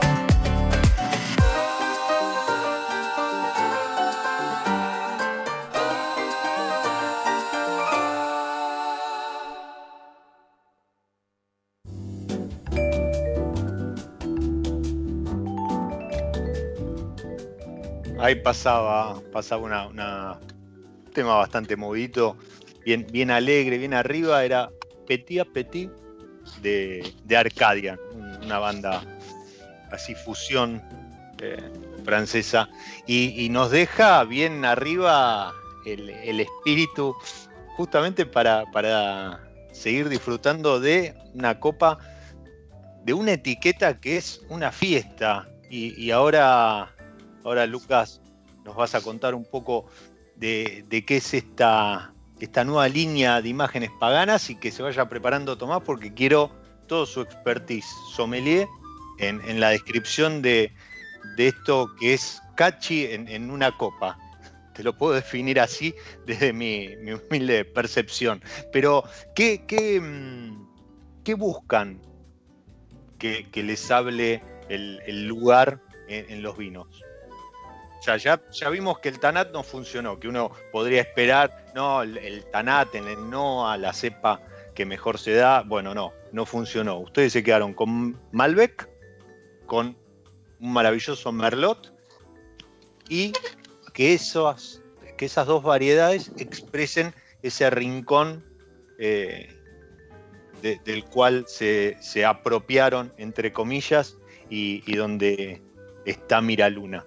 Ahí pasaba, pasaba una, una, un tema bastante movidito, bien, bien alegre, bien arriba. Era Petit à Petit de, de Arcadia, una banda así fusión eh, francesa, y, y nos deja bien arriba el, el espíritu justamente para, para seguir disfrutando de una copa, de una etiqueta que es una fiesta. Y, y ahora, ahora, Lucas, nos vas a contar un poco de, de qué es esta, esta nueva línea de imágenes paganas, y que se vaya preparando Tomás, porque quiero todo su expertise sommelier en, en la descripción de, de esto que es cachi en, en una copa. Te lo puedo definir así desde mi, mi humilde percepción. Pero, ¿qué, qué, qué buscan que, que les hable el, el lugar en, en los vinos? O sea, ya, ya vimos que el Tanat no funcionó, que uno podría esperar, no, el, el Tanat en el no a la cepa que mejor se da. Bueno, no, no funcionó. Ustedes se quedaron con Malbec, con un maravilloso Merlot, y que, esos, que esas dos variedades expresen ese rincón eh, de, del cual se, se apropiaron, entre comillas, y, y donde está Miraluna.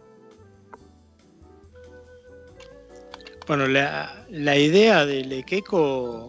Bueno, la, la idea del Ekeko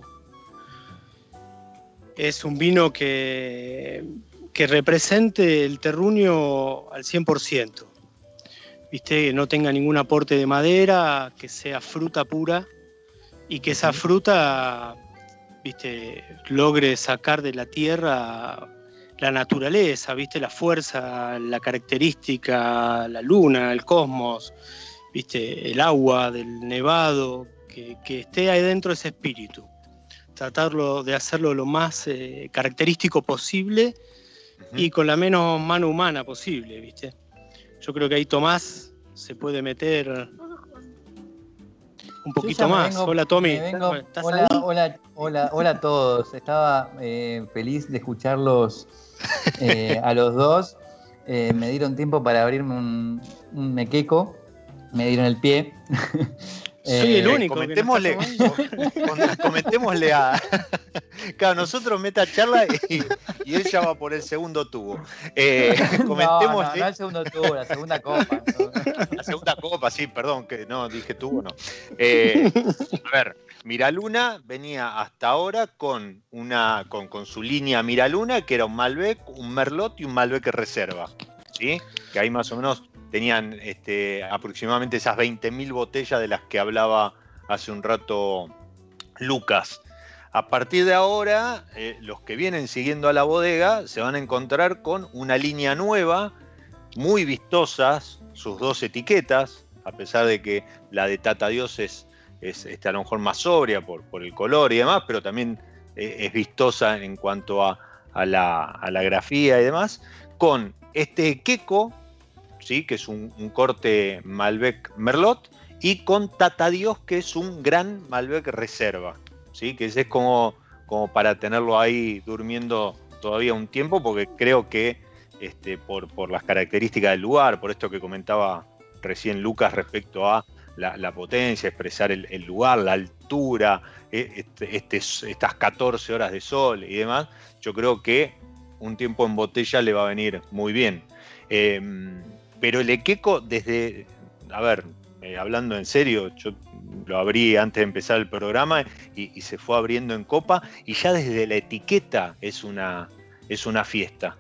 es un vino que, que represente el terruño al cien por ciento. ¿Viste? Que no tenga ningún aporte de madera, que sea fruta pura, y que esa fruta, ¿viste?, logre sacar de la tierra la naturaleza, ¿viste?, la fuerza, la característica, la luna, el cosmos, ¿viste?, el agua del nevado, que, que esté ahí dentro ese espíritu. Tratarlo de hacerlo lo más eh, característico posible, uh-huh, y con la menos mano humana posible, ¿viste? Yo creo que ahí Tomás se puede meter un poquito más. Vengo, hola, Tommy. Vengo, ¿Estás hola, ahí? hola, hola, hola a todos. Estaba eh, feliz de escucharlos eh, a los dos. Eh, me dieron tiempo para abrirme un, un mequeco. Me dieron el pie. Soy el Eh, único. Comentémosle, que no está comentémosle a. Claro, nosotros meta charla y, y él ya va por el segundo tubo. Eh, comentémosle. No, no, no el segundo tubo, la segunda copa. La segunda copa, sí, perdón, que no dije tubo, no. Eh, a ver, Miraluna venía hasta ahora con una con, con su línea Miraluna, que era un Malbec, un Merlot y un Malbec Reserva, ¿sí? Que ahí más o menos tenían este, aproximadamente esas veinte mil botellas de las que hablaba hace un rato Lucas. A partir de ahora, eh, los que vienen siguiendo a la bodega se van a encontrar con una línea nueva, muy vistosas, sus dos etiquetas, a pesar de que la de Tata Dios es, es este, a lo mejor más sobria por, por el color y demás, pero también eh, es vistosa en cuanto a, a, la, a la grafía y demás, con este Ekeko, ¿sí?, que es un, un corte Malbec Merlot, y con Tata Dios, que es un gran Malbec Reserva, ¿sí?, que ese es como, como para tenerlo ahí durmiendo todavía un tiempo, porque creo que este, por, por las características del lugar, por esto que comentaba recién Lucas respecto a la, la potencia, expresar el, el lugar, la altura, este, este, estas catorce horas de sol y demás, yo creo que un tiempo en botella le va a venir muy bien. Eh, pero el Ekeko, desde, a ver, eh, hablando en serio, yo lo abrí antes de empezar el programa y, y se fue abriendo en copa, y ya desde la etiqueta es una, es una fiesta.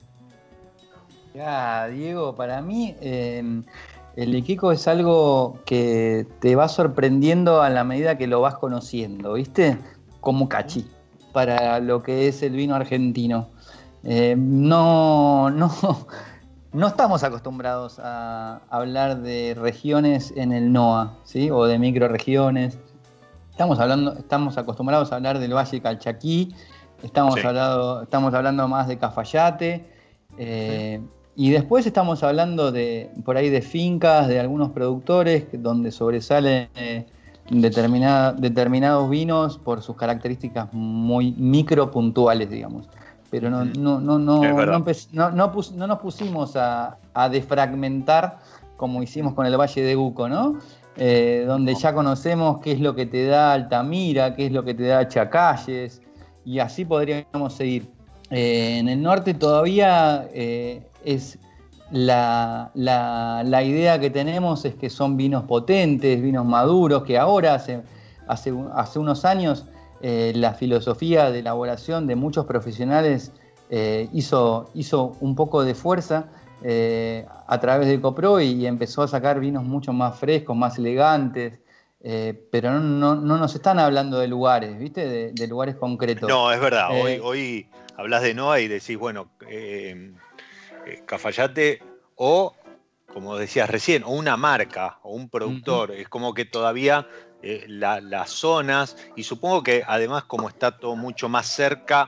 Ya, Diego, para mí eh, el Ekeko es algo que te va sorprendiendo a la medida que lo vas conociendo, ¿viste? Como cachi, para lo que es el vino argentino. Eh, no, no, no estamos acostumbrados a hablar de regiones en el N O A, ¿sí? O de microrregiones. Estamos hablando, estamos acostumbrados a hablar del Valle Calchaquí, estamos, Sí. hablado, estamos hablando más de Cafayate, eh, sí. Y después estamos hablando de por ahí de fincas, de algunos productores donde sobresalen eh, determinada, determinados vinos por sus características muy micropuntuales, digamos. Pero no, no, no, no, no, no, no, pus, no nos pusimos a, a defragmentar como hicimos con el Valle de Uco, ¿no? Eh, donde ya conocemos qué es lo que te da Altamira, qué es lo que te da Chacalles, y así podríamos seguir. Eh, en el norte todavía eh, es la, la, la idea que tenemos es que son vinos potentes, vinos maduros, que ahora, hace, hace, hace unos años, eh, la filosofía de elaboración de muchos profesionales eh, hizo, hizo un poco de fuerza eh, a través de Copro y, y empezó a sacar vinos mucho más frescos, más elegantes. Eh, pero no, no, no nos están hablando de lugares, ¿viste? De, de lugares concretos. No, es verdad. Eh, hoy, hoy hablas de Noa y decís, bueno, eh, eh, Cafayate o, como decías recién, o una marca o un productor. Uh-huh. Es como que todavía eh, la, las zonas, y supongo que además como está todo mucho más cerca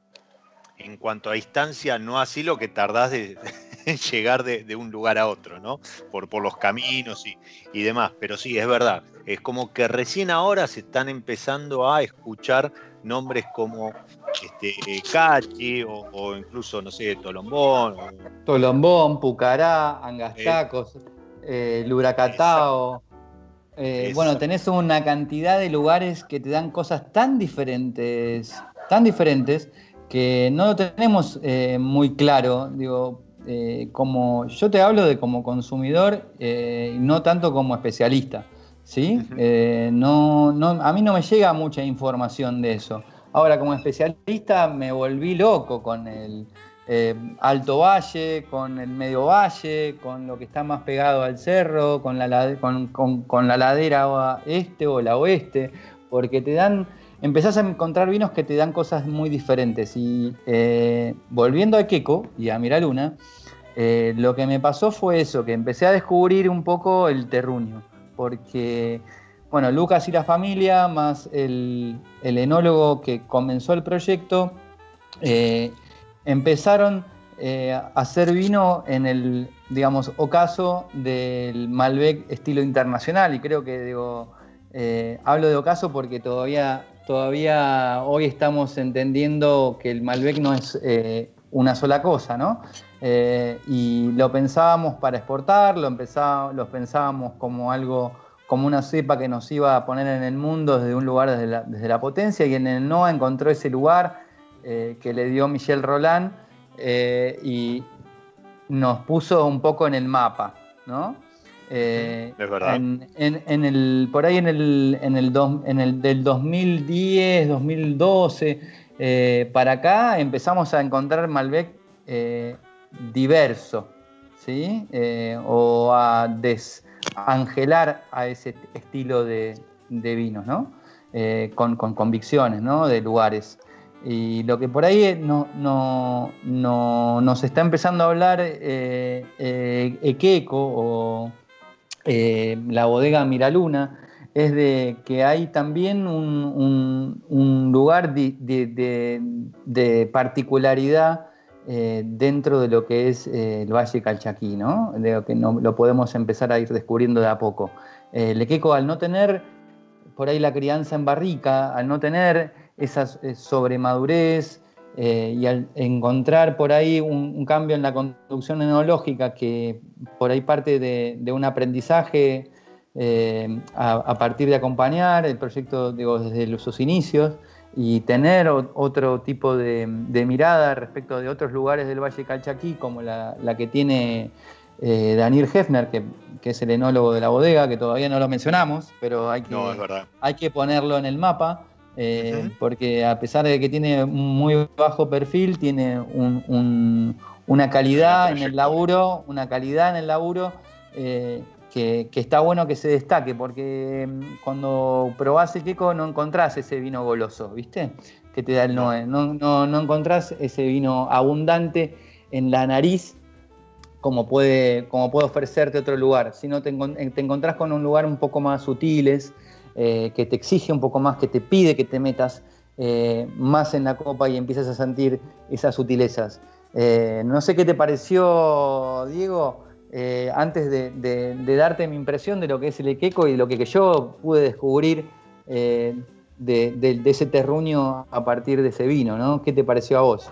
en cuanto a distancia, no así lo que tardás de, de llegar de, de un lugar a otro, ¿no? Por, por los caminos y, y demás. Pero sí, es verdad. Es como que recién ahora se están empezando a escuchar nombres como este, Cachi o, o incluso, no sé, Tolombón. O... Tolombón, Pucará, Angastacos, eh, eh, Luracatao. Eh, bueno, tenés una cantidad de lugares que te dan cosas tan diferentes, tan diferentes, que no lo tenemos eh, muy claro. Digo, eh, como yo te hablo de como consumidor eh, y no tanto como especialista. ¿Sí? Uh-huh. eh, no, no, a mí no me llega mucha información de eso. Ahora, como especialista, me volví loco con el eh, Alto Valle, con el Medio Valle, con lo que está más pegado al cerro, con la, con, con, con la ladera este o la oeste, porque te dan, empezás a encontrar vinos que te dan cosas muy diferentes. Y eh, volviendo a Queco y a Miraluna, eh, lo que me pasó fue eso, que empecé a descubrir un poco el terruño. Porque, bueno, Lucas y la familia, más el, el enólogo que comenzó el proyecto, eh, empezaron eh, a hacer vino en el, digamos, ocaso del Malbec estilo internacional. Y creo que, digo, eh, hablo de ocaso porque todavía, todavía hoy estamos entendiendo que el Malbec no es eh, una sola cosa, ¿no? Eh, y lo pensábamos para exportar, lo, empezá, lo pensábamos como algo, como una cepa que nos iba a poner en el mundo desde un lugar desde la, desde la potencia, y en el Noa encontró ese lugar eh, que le dio Michel Roland eh, y nos puso un poco en el mapa, ¿no? Eh, es verdad. En, en, en el, por ahí en el, en el, dos, en el del dos mil diez, dos mil doce, eh, para acá empezamos a encontrar Malbec eh, diverso, ¿sí? Eh, o a desangelar a ese estilo de, de vinos, ¿no? Eh, con, con convicciones, ¿no? De lugares. Y lo que por ahí no, no, no, nos está empezando a hablar eh, eh, Equeco o eh, la bodega Miraluna es de que hay también un, un, un lugar de, de, de, de particularidad Eh, dentro de lo que es eh, el Valle Calchaquí, ¿no? De lo que no, lo podemos empezar a ir descubriendo de a poco. Eh, el Equeco, al no tener por ahí la crianza en barrica, al no tener esa eh, sobremadurez eh, y al encontrar por ahí un, un cambio en la conducción enológica que por ahí parte de, de un aprendizaje eh, a, a partir de acompañar el proyecto, digo, desde los, sus inicios, y tener otro tipo de, de mirada respecto de otros lugares del Valle Calchaquí, como la, la que tiene eh, Daniel Hefner, que, que es el enólogo de la bodega, que todavía no lo mencionamos, pero hay que, no, es verdad. hay que ponerlo en el mapa, eh, uh-huh. porque a pesar de que tiene un muy bajo perfil, tiene un, un, una calidad en el laburo, una calidad en el laburo eh, Que, que está bueno que se destaque, porque cuando probás el Queco no encontrás ese vino goloso, ¿viste? Que te da el Noe. No, no, no encontrás ese vino abundante en la nariz como puede, como puede ofrecerte otro lugar, sino te, te encontrás con un lugar un poco más sutiles, eh, que te exige un poco más, que te pide que te metas eh, más en la copa y empiezas a sentir esas sutilezas. Eh, no sé qué te pareció, Diego. Eh, antes de, de, de darte mi impresión de lo que es el Equeco y lo que, que yo pude descubrir eh, de, de, de ese terruño a partir de ese vino, ¿no? ¿Qué te pareció a vos?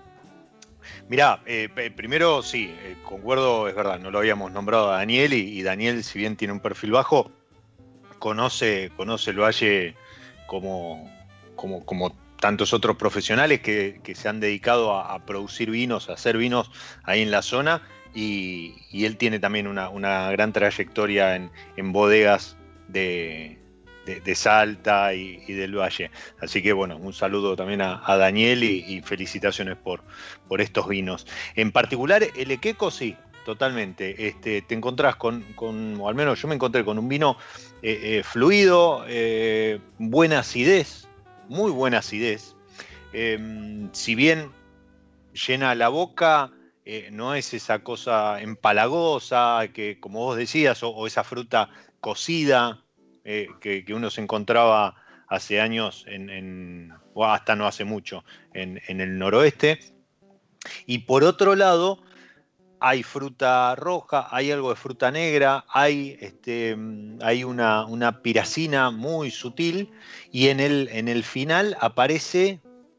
Mirá, eh, primero sí, eh, concuerdo, es verdad, no lo habíamos nombrado a Daniel y, y Daniel, si bien tiene un perfil bajo, conoce, conoce el Valle como, como, como tantos otros profesionales que, que se han dedicado a, a producir vinos, a hacer vinos ahí en la zona. y, y él tiene también una, una gran trayectoria en, en bodegas de, de, de Salta y, y del Valle. Así que bueno, un saludo también a, a Daniel y, y felicitaciones por, por estos vinos. En particular, el Equeco sí, totalmente. Este, te encontrás con, con, o al menos yo me encontré con un vino eh, eh, fluido, eh, buena acidez, muy buena acidez. Eh, si bien llena la boca, eh, no es esa cosa empalagosa que, como vos decías, o, o esa fruta cocida eh, que, que uno se encontraba hace años, en, en, o hasta no hace mucho, en, en el noroeste. Y por otro lado, hay fruta roja, hay algo de fruta negra, hay, este, hay una, una piracina muy sutil, y en el, en el final aparece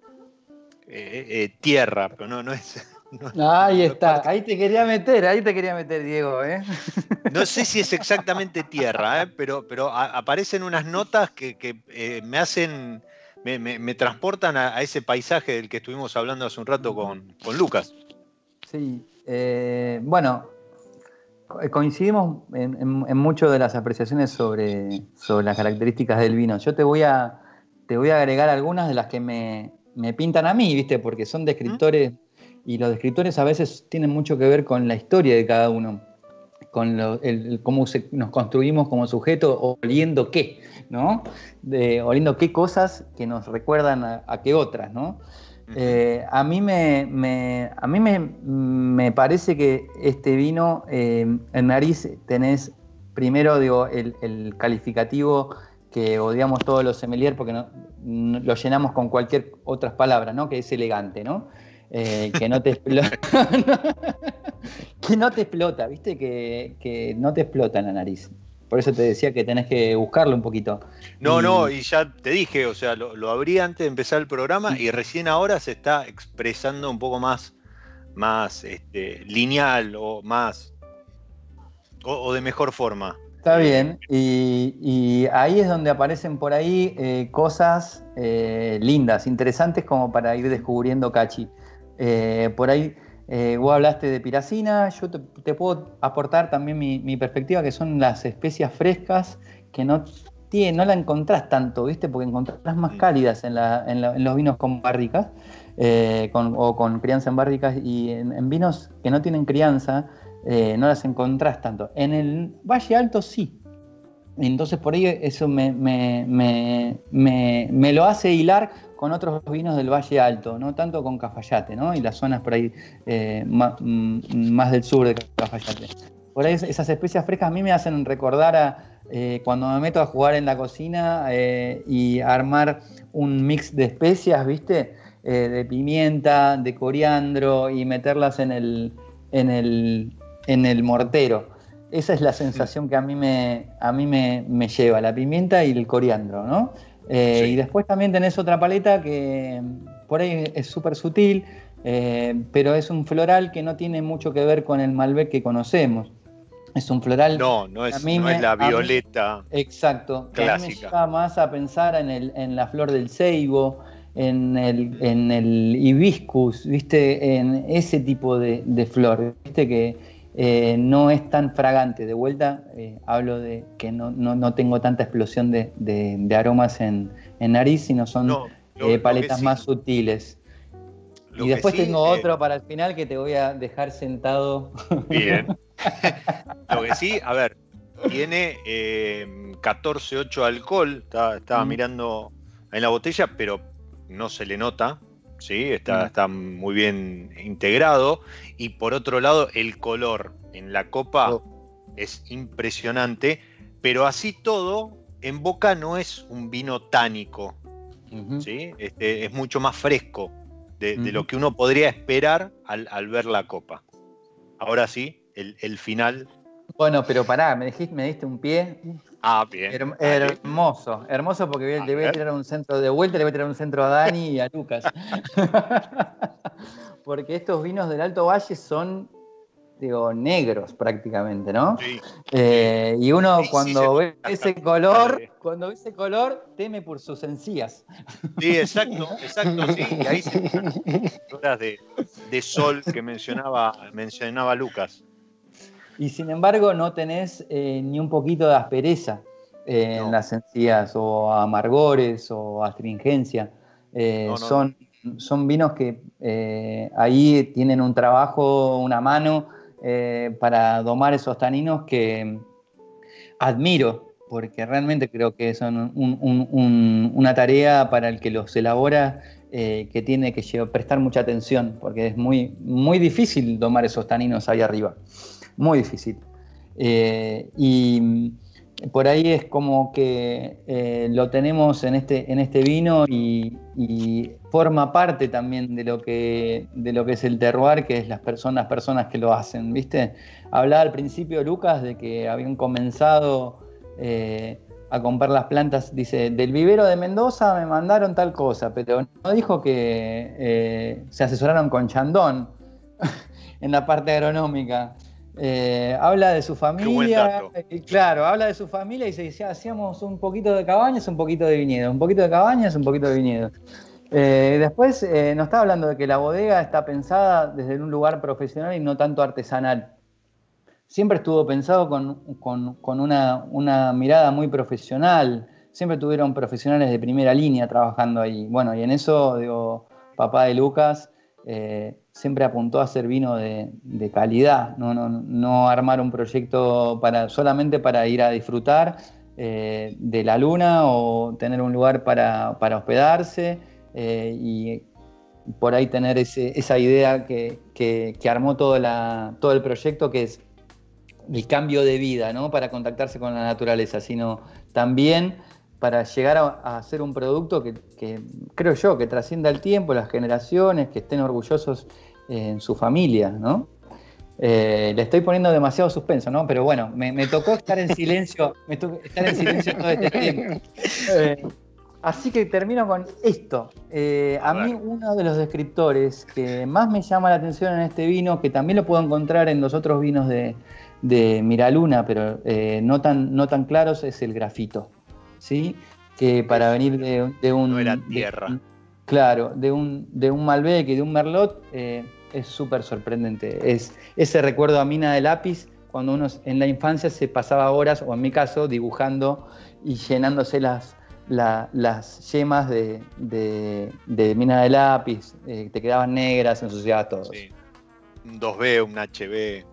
eh, eh, tierra, pero no, no es... No, Ahí no, está, ahí te quería meter, ahí te quería meter, Diego, ¿eh? No sé si es exactamente tierra, ¿eh? pero, pero a, aparecen unas notas que, que eh, me hacen, me, me, me transportan a, a ese paisaje del que estuvimos hablando hace un rato con, con Lucas. Sí, eh, bueno, coincidimos en, en, en mucho de las apreciaciones sobre, sobre las características del vino. Yo te voy a, te voy a agregar algunas de las que me, me pintan a mí, ¿viste? Porque son descriptores, y los descriptores a veces tienen mucho que ver con la historia de cada uno, con lo, el, el, cómo se, nos construimos como sujeto, oliendo qué, ¿no? De, oliendo qué cosas que nos recuerdan a, a qué otras, ¿no? Uh-huh. Eh, a mí, me, me, a mí me, me parece que este vino, eh, en nariz tenés primero, digo, el, el calificativo que odiamos todos los sommeliers porque no, no, lo llenamos con cualquier otras palabras, ¿no? Que es elegante, ¿no? Eh, que no te explota, que no te explota, ¿viste? Que, que no te explota en la nariz. Por eso te decía que tenés que buscarlo un poquito. No, y... no, y ya te dije, o sea, lo, lo abrí antes de empezar el programa y recién ahora se está expresando un poco más, más este, lineal o más, o, o de mejor forma. Está bien, y, y ahí es donde aparecen por ahí eh, cosas eh, lindas, interesantes como para ir descubriendo Cachi. Eh, por ahí eh, vos hablaste de piracina, yo te, te puedo aportar también mi, mi perspectiva, que son las especias frescas que no, tiene, no la encontrás tanto, ¿viste? Porque encontrás más cálidas en, la, en, la, en los vinos con barricas eh, con, o con crianza en barricas, y en, en vinos que no tienen crianza eh, no las encontrás tanto. En el Valle Alto sí. Entonces por ahí eso me, me, me, me, me lo hace hilar con otros vinos del Valle Alto, no tanto con Cafayate, ¿no? Y las zonas por ahí eh, más, más del sur de Cafayate. Por ahí esas especias frescas a mí me hacen recordar a eh, cuando me meto a jugar en la cocina eh, y armar un mix de especias, ¿viste? Eh, de pimienta, de coriandro, y meterlas en el, en el, en el mortero. Esa es la sensación que a mí me, a mí me, me lleva, la pimienta y el coriandro, ¿no? Eh, sí. Y después también tenés otra paleta que por ahí es súper sutil, eh, pero es un floral que no tiene mucho que ver con el Malbec que conocemos. Es un floral... No, no es, no me, es la violeta mí, exacto, clásica. A mí me lleva más a pensar en, el, en la flor del ceibo, en el, en el hibiscus, ¿viste? En ese tipo de, de flor, ¿viste? Que eh, no es tan fragante. De vuelta, eh, hablo de que no, no, no tengo tanta explosión de, de, de aromas en, en nariz, sino son no, lo, eh, paletas sí, más sutiles. Y después sí, tengo eh, otro para el final que te voy a dejar sentado. Bien. Lo que sí, a ver, tiene eh, catorce punto ocho alcohol, estaba, estaba mm. mirando en la botella, pero no se le nota, ¿sí? Está, mm. está muy bien integrado. Y por otro lado, el color en la copa oh. es impresionante, pero así todo, en boca no es un vino tánico, uh-huh. ¿sí? Este, es mucho más fresco de, uh-huh. de lo que uno podría esperar al, al ver la copa. Ahora sí, el, el final. Bueno, pero pará, me, dijiste, me diste un pie. Ah, bien. Her, hermoso, hermoso, porque a le voy a tirar un centro de vuelta, le voy a tirar un centro a Dani y a Lucas. Porque estos vinos del Alto Valle son digo, negros prácticamente, ¿no? Sí. Eh, y uno Sí, sí, cuando se ve nota ese esta- color, cuando ve ese color, teme por sus encías. Sí, exacto, exacto, sí. Y ahí se ven las horas de, de sol que mencionaba, mencionaba Lucas. Y sin embargo no tenés eh, ni un poquito de aspereza eh, No. en las encías, o amargores, o astringencia. Eh, No, no, son, son vinos que eh, ahí tienen un trabajo, una mano eh, para domar esos taninos que admiro, porque realmente creo que son un- un- un- una tarea para el que los elabora, eh, que tiene que lle- prestar mucha atención, porque es muy, muy difícil domar esos taninos ahí arriba. Muy difícil. Eh, y por ahí es como que eh, lo tenemos en este, en este vino, y, y forma parte también de lo que, de lo que es el terroir, que es las personas, personas que lo hacen, ¿viste? Hablaba al principio Lucas de que habían comenzado eh, a comprar las plantas, dice, del vivero de Mendoza me mandaron tal cosa, pero no dijo que eh, se asesoraron con Chandón en la parte agronómica. Eh, habla de su familia, y claro, habla de su familia y se dice, hacíamos un poquito de cabañas, un poquito de viñedos, un poquito de cabañas, un poquito de viñedos. Eh, después eh, nos está hablando de que la bodega está pensada desde un lugar profesional y no tanto artesanal. Siempre estuvo pensado con, con, con una, una mirada muy profesional, siempre tuvieron profesionales de primera línea trabajando ahí. Bueno, y en eso, digo, papá de Lucas eh, siempre apuntó a hacer vino de, de calidad, no, no, no armar un proyecto para, solamente para ir a disfrutar eh, de la luna, o tener un lugar para, para hospedarse, eh, y por ahí tener ese, esa idea que, que, que armó todo, la, todo el proyecto, que es el cambio de vida, ¿no? Para contactarse con la naturaleza, sino también para llegar a, a hacer un producto que, que creo yo que trascienda el tiempo, las generaciones, que estén orgullosos eh, en su familia, ¿no? Eh, le estoy poniendo demasiado suspenso, ¿no? Pero bueno, me, me tocó estar en silencio, me tocó estar en silencio todo este tiempo. Eh, así que termino con esto. Eh, a, a mí uno de los descriptores que más me llama la atención en este vino, que también lo puedo encontrar en los otros vinos de, de Miraluna, pero eh, no tan, no tan claros, es el grafito, ¿sí? Que para venir de, de un... No era tierra. De, claro, de un, de un Malbec y de un Merlot, eh, es súper sorprendente. Es ese recuerdo a mina de lápiz, cuando uno en la infancia se pasaba horas, o en mi caso, dibujando y llenándose las, la, las yemas de, de, de mina de lápiz, eh, te quedaban negras, ensuciabas todo. Sí. Un dos B, un H B.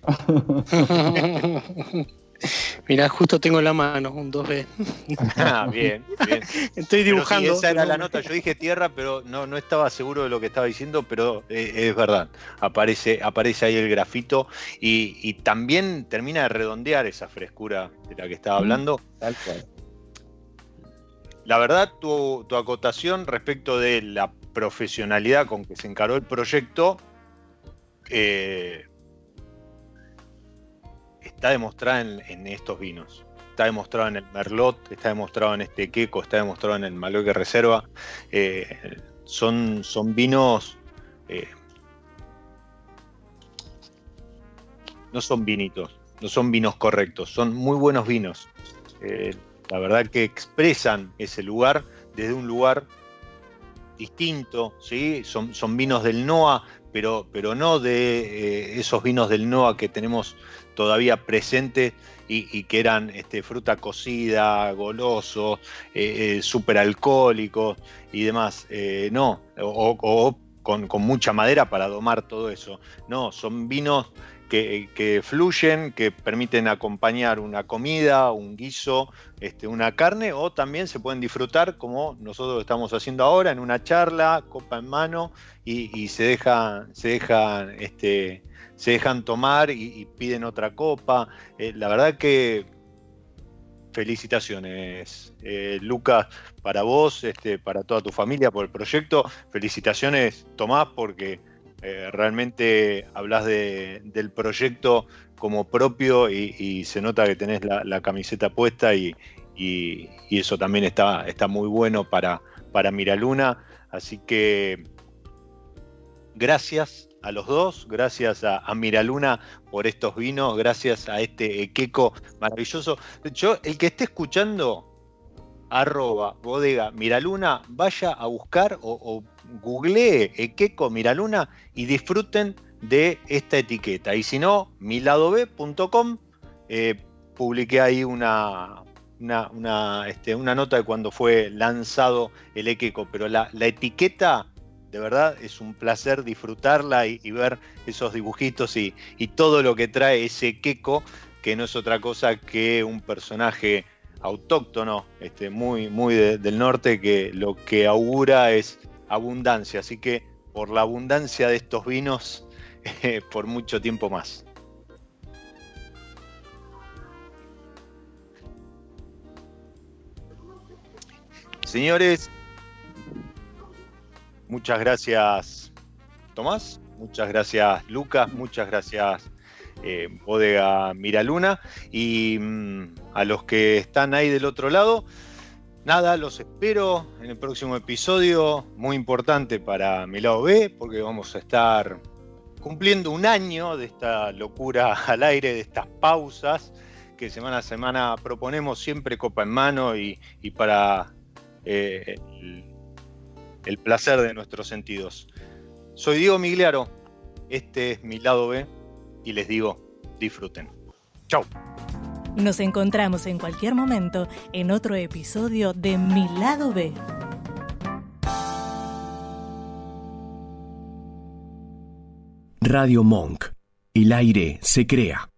Mirá, justo tengo en la mano un dos B. Ah, bien, bien. Estoy dibujando. Pero sí, esa era la nota. Yo dije tierra, pero no, no estaba seguro de lo que estaba diciendo, pero es, es verdad. Aparece, aparece ahí el grafito y, y también termina de redondear esa frescura de la que estaba hablando. Tal cual. La verdad, tu, tu acotación respecto de la profesionalidad con que se encaró el proyecto eh, está demostrada en, en estos vinos. Está demostrado en el Merlot, está demostrado en este Queco, está demostrado en el Malbec Reserva. Eh, son, son vinos... Eh, no son vinitos, no son vinos correctos, son muy buenos vinos. Eh, la verdad que expresan ese lugar desde un lugar distinto, ¿sí? Son, son vinos del N O A, pero, pero no de eh, esos vinos del N O A que tenemos todavía presentes y, y que eran este, fruta cocida, golosos, eh, eh, súper alcohólicos y demás. Eh, no, o, o con, con mucha madera para domar todo eso. No, son vinos que, que fluyen, que permiten acompañar una comida, un guiso, este, una carne, o también se pueden disfrutar como nosotros lo estamos haciendo ahora, en una charla, copa en mano, y, y se deja, se deja, este, se dejan tomar y, y piden otra copa. Eh, la verdad que felicitaciones, eh, Lucas, para vos, este, para toda tu familia por el proyecto. Felicitaciones, Tomás, porque Eh, realmente hablas de, del proyecto como propio y, y se nota que tenés la, la camiseta puesta y, y, y eso también está, está muy bueno para, para Miraluna. Así que gracias a los dos, gracias a, a Miraluna por estos vinos, gracias a este Equeco maravilloso. Yo, el que esté escuchando, arroba bodega Miraluna, vaya a buscar o, o googlee Equeco Miraluna y disfruten de esta etiqueta. Y si no, miladob punto com, eh, publiqué ahí una, una, una, este, una nota de cuando fue lanzado el Equeco, pero la, la etiqueta, de verdad, es un placer disfrutarla y, y ver esos dibujitos y, y todo lo que trae ese Equeco, que no es otra cosa que un personaje autóctono, este, muy, muy de, del norte, que lo que augura es abundancia. Así que por la abundancia de estos vinos, eh, por mucho tiempo más. Señores, muchas gracias Tomás, muchas gracias Lucas, muchas gracias eh, Bodega Miraluna, y mmm, a los que están ahí del otro lado, nada, los espero en el próximo episodio, muy importante para mi lado B, porque vamos a estar cumpliendo un año de esta locura al aire, de estas pausas que semana a semana proponemos, siempre copa en mano y, y para eh, el, el placer de nuestros sentidos. Soy Diego Migliaro, este es mi lado B y les digo, disfruten. Chau. Nos encontramos en cualquier momento en otro episodio de Mi Lado B. Radio Monk. El aire se crea.